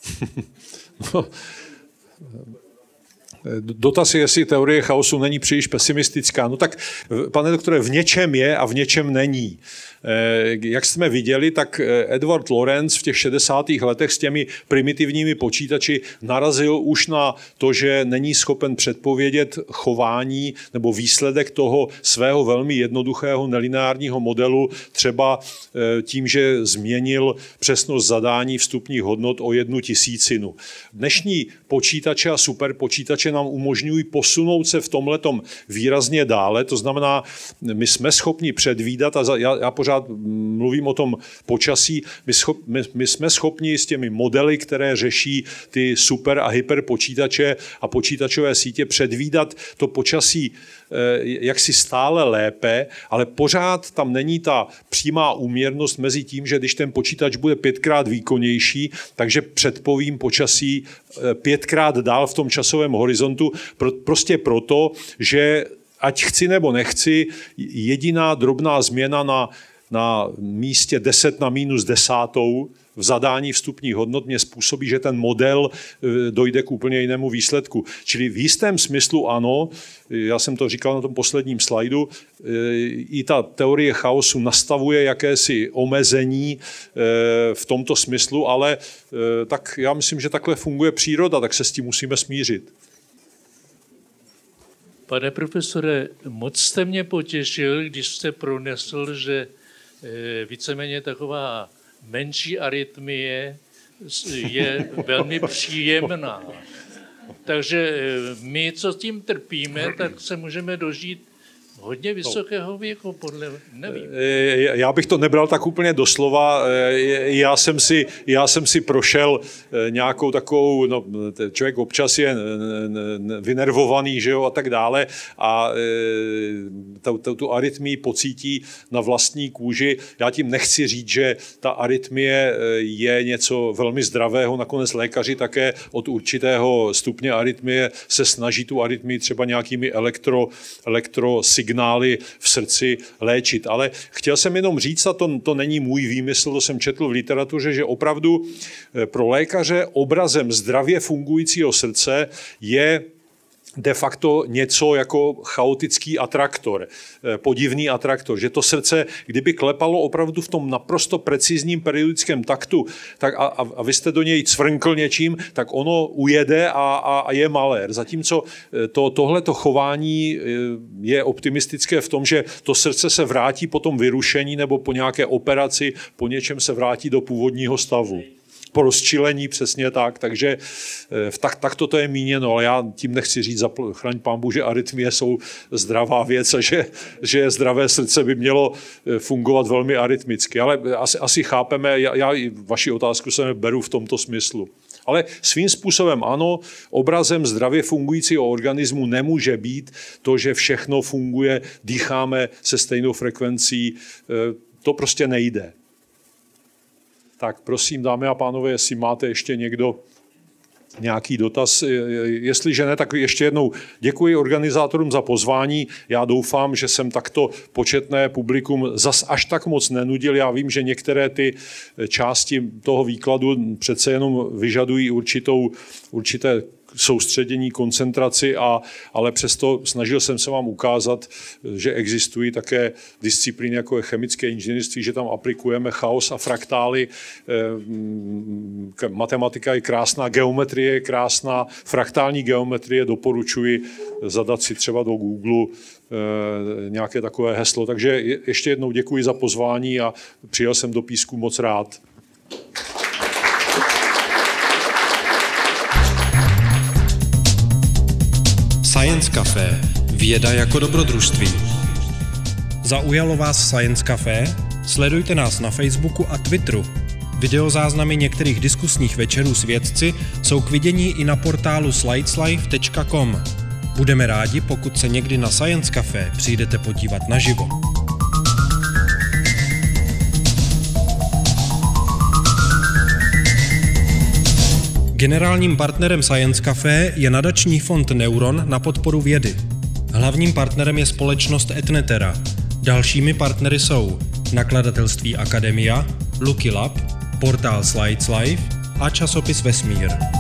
Dotaz je, jestli teorie chaosu není příliš pesimistická. No tak, pane doktore, v něčem je a v něčem není. Jak jsme viděli, tak Edward Lorenz v těch šedesátých letech s těmi primitivními počítači narazil už na to, že není schopen předpovědět chování nebo výsledek toho svého velmi jednoduchého nelineárního modelu, třeba tím, že změnil přesnost zadání vstupních hodnot o jednu tisícinu. Dnešní počítače a superpočítače nám umožňují posunout se v tomhletom výrazně dále, to znamená, my jsme schopni předvídat, a já, já pořád mluvím o tom počasí, my, schop, my, my jsme schopni s těmi modely, které řeší ty super a hyper počítače a počítačové sítě, předvídat to počasí jaksi stále lépe, ale pořád tam není ta přímá úměrnost mezi tím, že když ten počítač bude pětkrát výkonnější, takže předpovím počasí pětkrát dál v tom časovém horizontu, prostě proto, že ať chci nebo nechci, jediná drobná změna na, na místě deset na minus desátou v zadání vstupních hodnot mě způsobí, že ten model dojde k úplně jinému výsledku. Čili v jistém smyslu ano, já jsem to říkal na tom posledním slajdu, i ta teorie chaosu nastavuje jakési omezení v tomto smyslu, ale tak já myslím, že takhle funguje příroda, tak se s tím musíme smířit. Pane profesore, moc jste mě potěšil, když jste pronesl, že víceméně taková menší arytmie je velmi příjemná. Takže my, co tím trpíme, tak se můžeme dožít hodně vysokého věku, podle, nevím. Já bych to nebral tak úplně doslova. Já jsem si, já jsem si prošel nějakou takovou, no, člověk občas je vynervovaný, že jo, a tak dále, a tu, tu arytmii pocítí na vlastní kůži. Já tím nechci říct, že ta arytmie je něco velmi zdravého. Nakonec lékaři také od určitého stupně arytmie se snaží tu arytmii třeba nějakými elektro, elektrosignály v srdci léčit. Ale chtěl jsem jenom říct, a to, to není můj výmysl, to jsem četl v literatuře, že opravdu pro lékaře obrazem zdravě fungujícího srdce je de facto něco jako chaotický atraktor, podivný atraktor, že to srdce, kdyby klepalo opravdu v tom naprosto precizním periodickém taktu, tak a, a vy jste do něj cvrnkl něčím, tak ono ujede a, a, a je malér. Zatímco to, tohleto chování je optimistické v tom, že to srdce se vrátí po tom vyrušení nebo po nějaké operaci, po něčem se vrátí do původního stavu. Po rozčilení, přesně tak, takže tak, tak to je míněno, ale já tím nechci říct, chraň pánbůh, že arytmie jsou zdravá věc a že, že zdravé srdce by mělo fungovat velmi arytmicky, ale asi, asi chápeme, já, já vaši otázku se beru v tomto smyslu. Ale svým způsobem ano, obrazem zdravě fungujícího organismu nemůže být to, že všechno funguje, dýcháme se stejnou frekvencí, to prostě nejde. Tak prosím, dámy a pánové, jestli máte ještě někdo nějaký dotaz. Jestliže ne, tak ještě jednou děkuji organizátorům za pozvání. Já doufám, že jsem takto početné publikum zas až tak moc nenudil. Já vím, že některé ty části toho výkladu přece jenom vyžadují určitou, určité soustředění, koncentraci, a, ale přesto snažil jsem se vám ukázat, že existují také disciplíny, jako je chemické inženýrství, že tam aplikujeme chaos a fraktály. Matematika je krásná, geometrie je krásná, fraktální geometrie doporučuji zadat si třeba do Google nějaké takové heslo. Takže ještě jednou děkuji za pozvání a přijel jsem do Písku moc rád. Science Café. Věda jako dobrodružství. Zaujalo vás Science Café? Sledujte nás na Facebooku a Twitteru. Videozáznamy některých diskusních večerů s vědci jsou k vidění i na portálu slideslife tečka com. Budeme rádi, pokud se někdy na Science Café přijdete podívat naživo. Generálním partnerem Science Café je nadační fond Neuron na podporu vědy. Hlavním partnerem je společnost Etnetera. Dalšími partnery jsou nakladatelství Akademia, Lucky Lab, portál Slides Life a časopis Vesmír.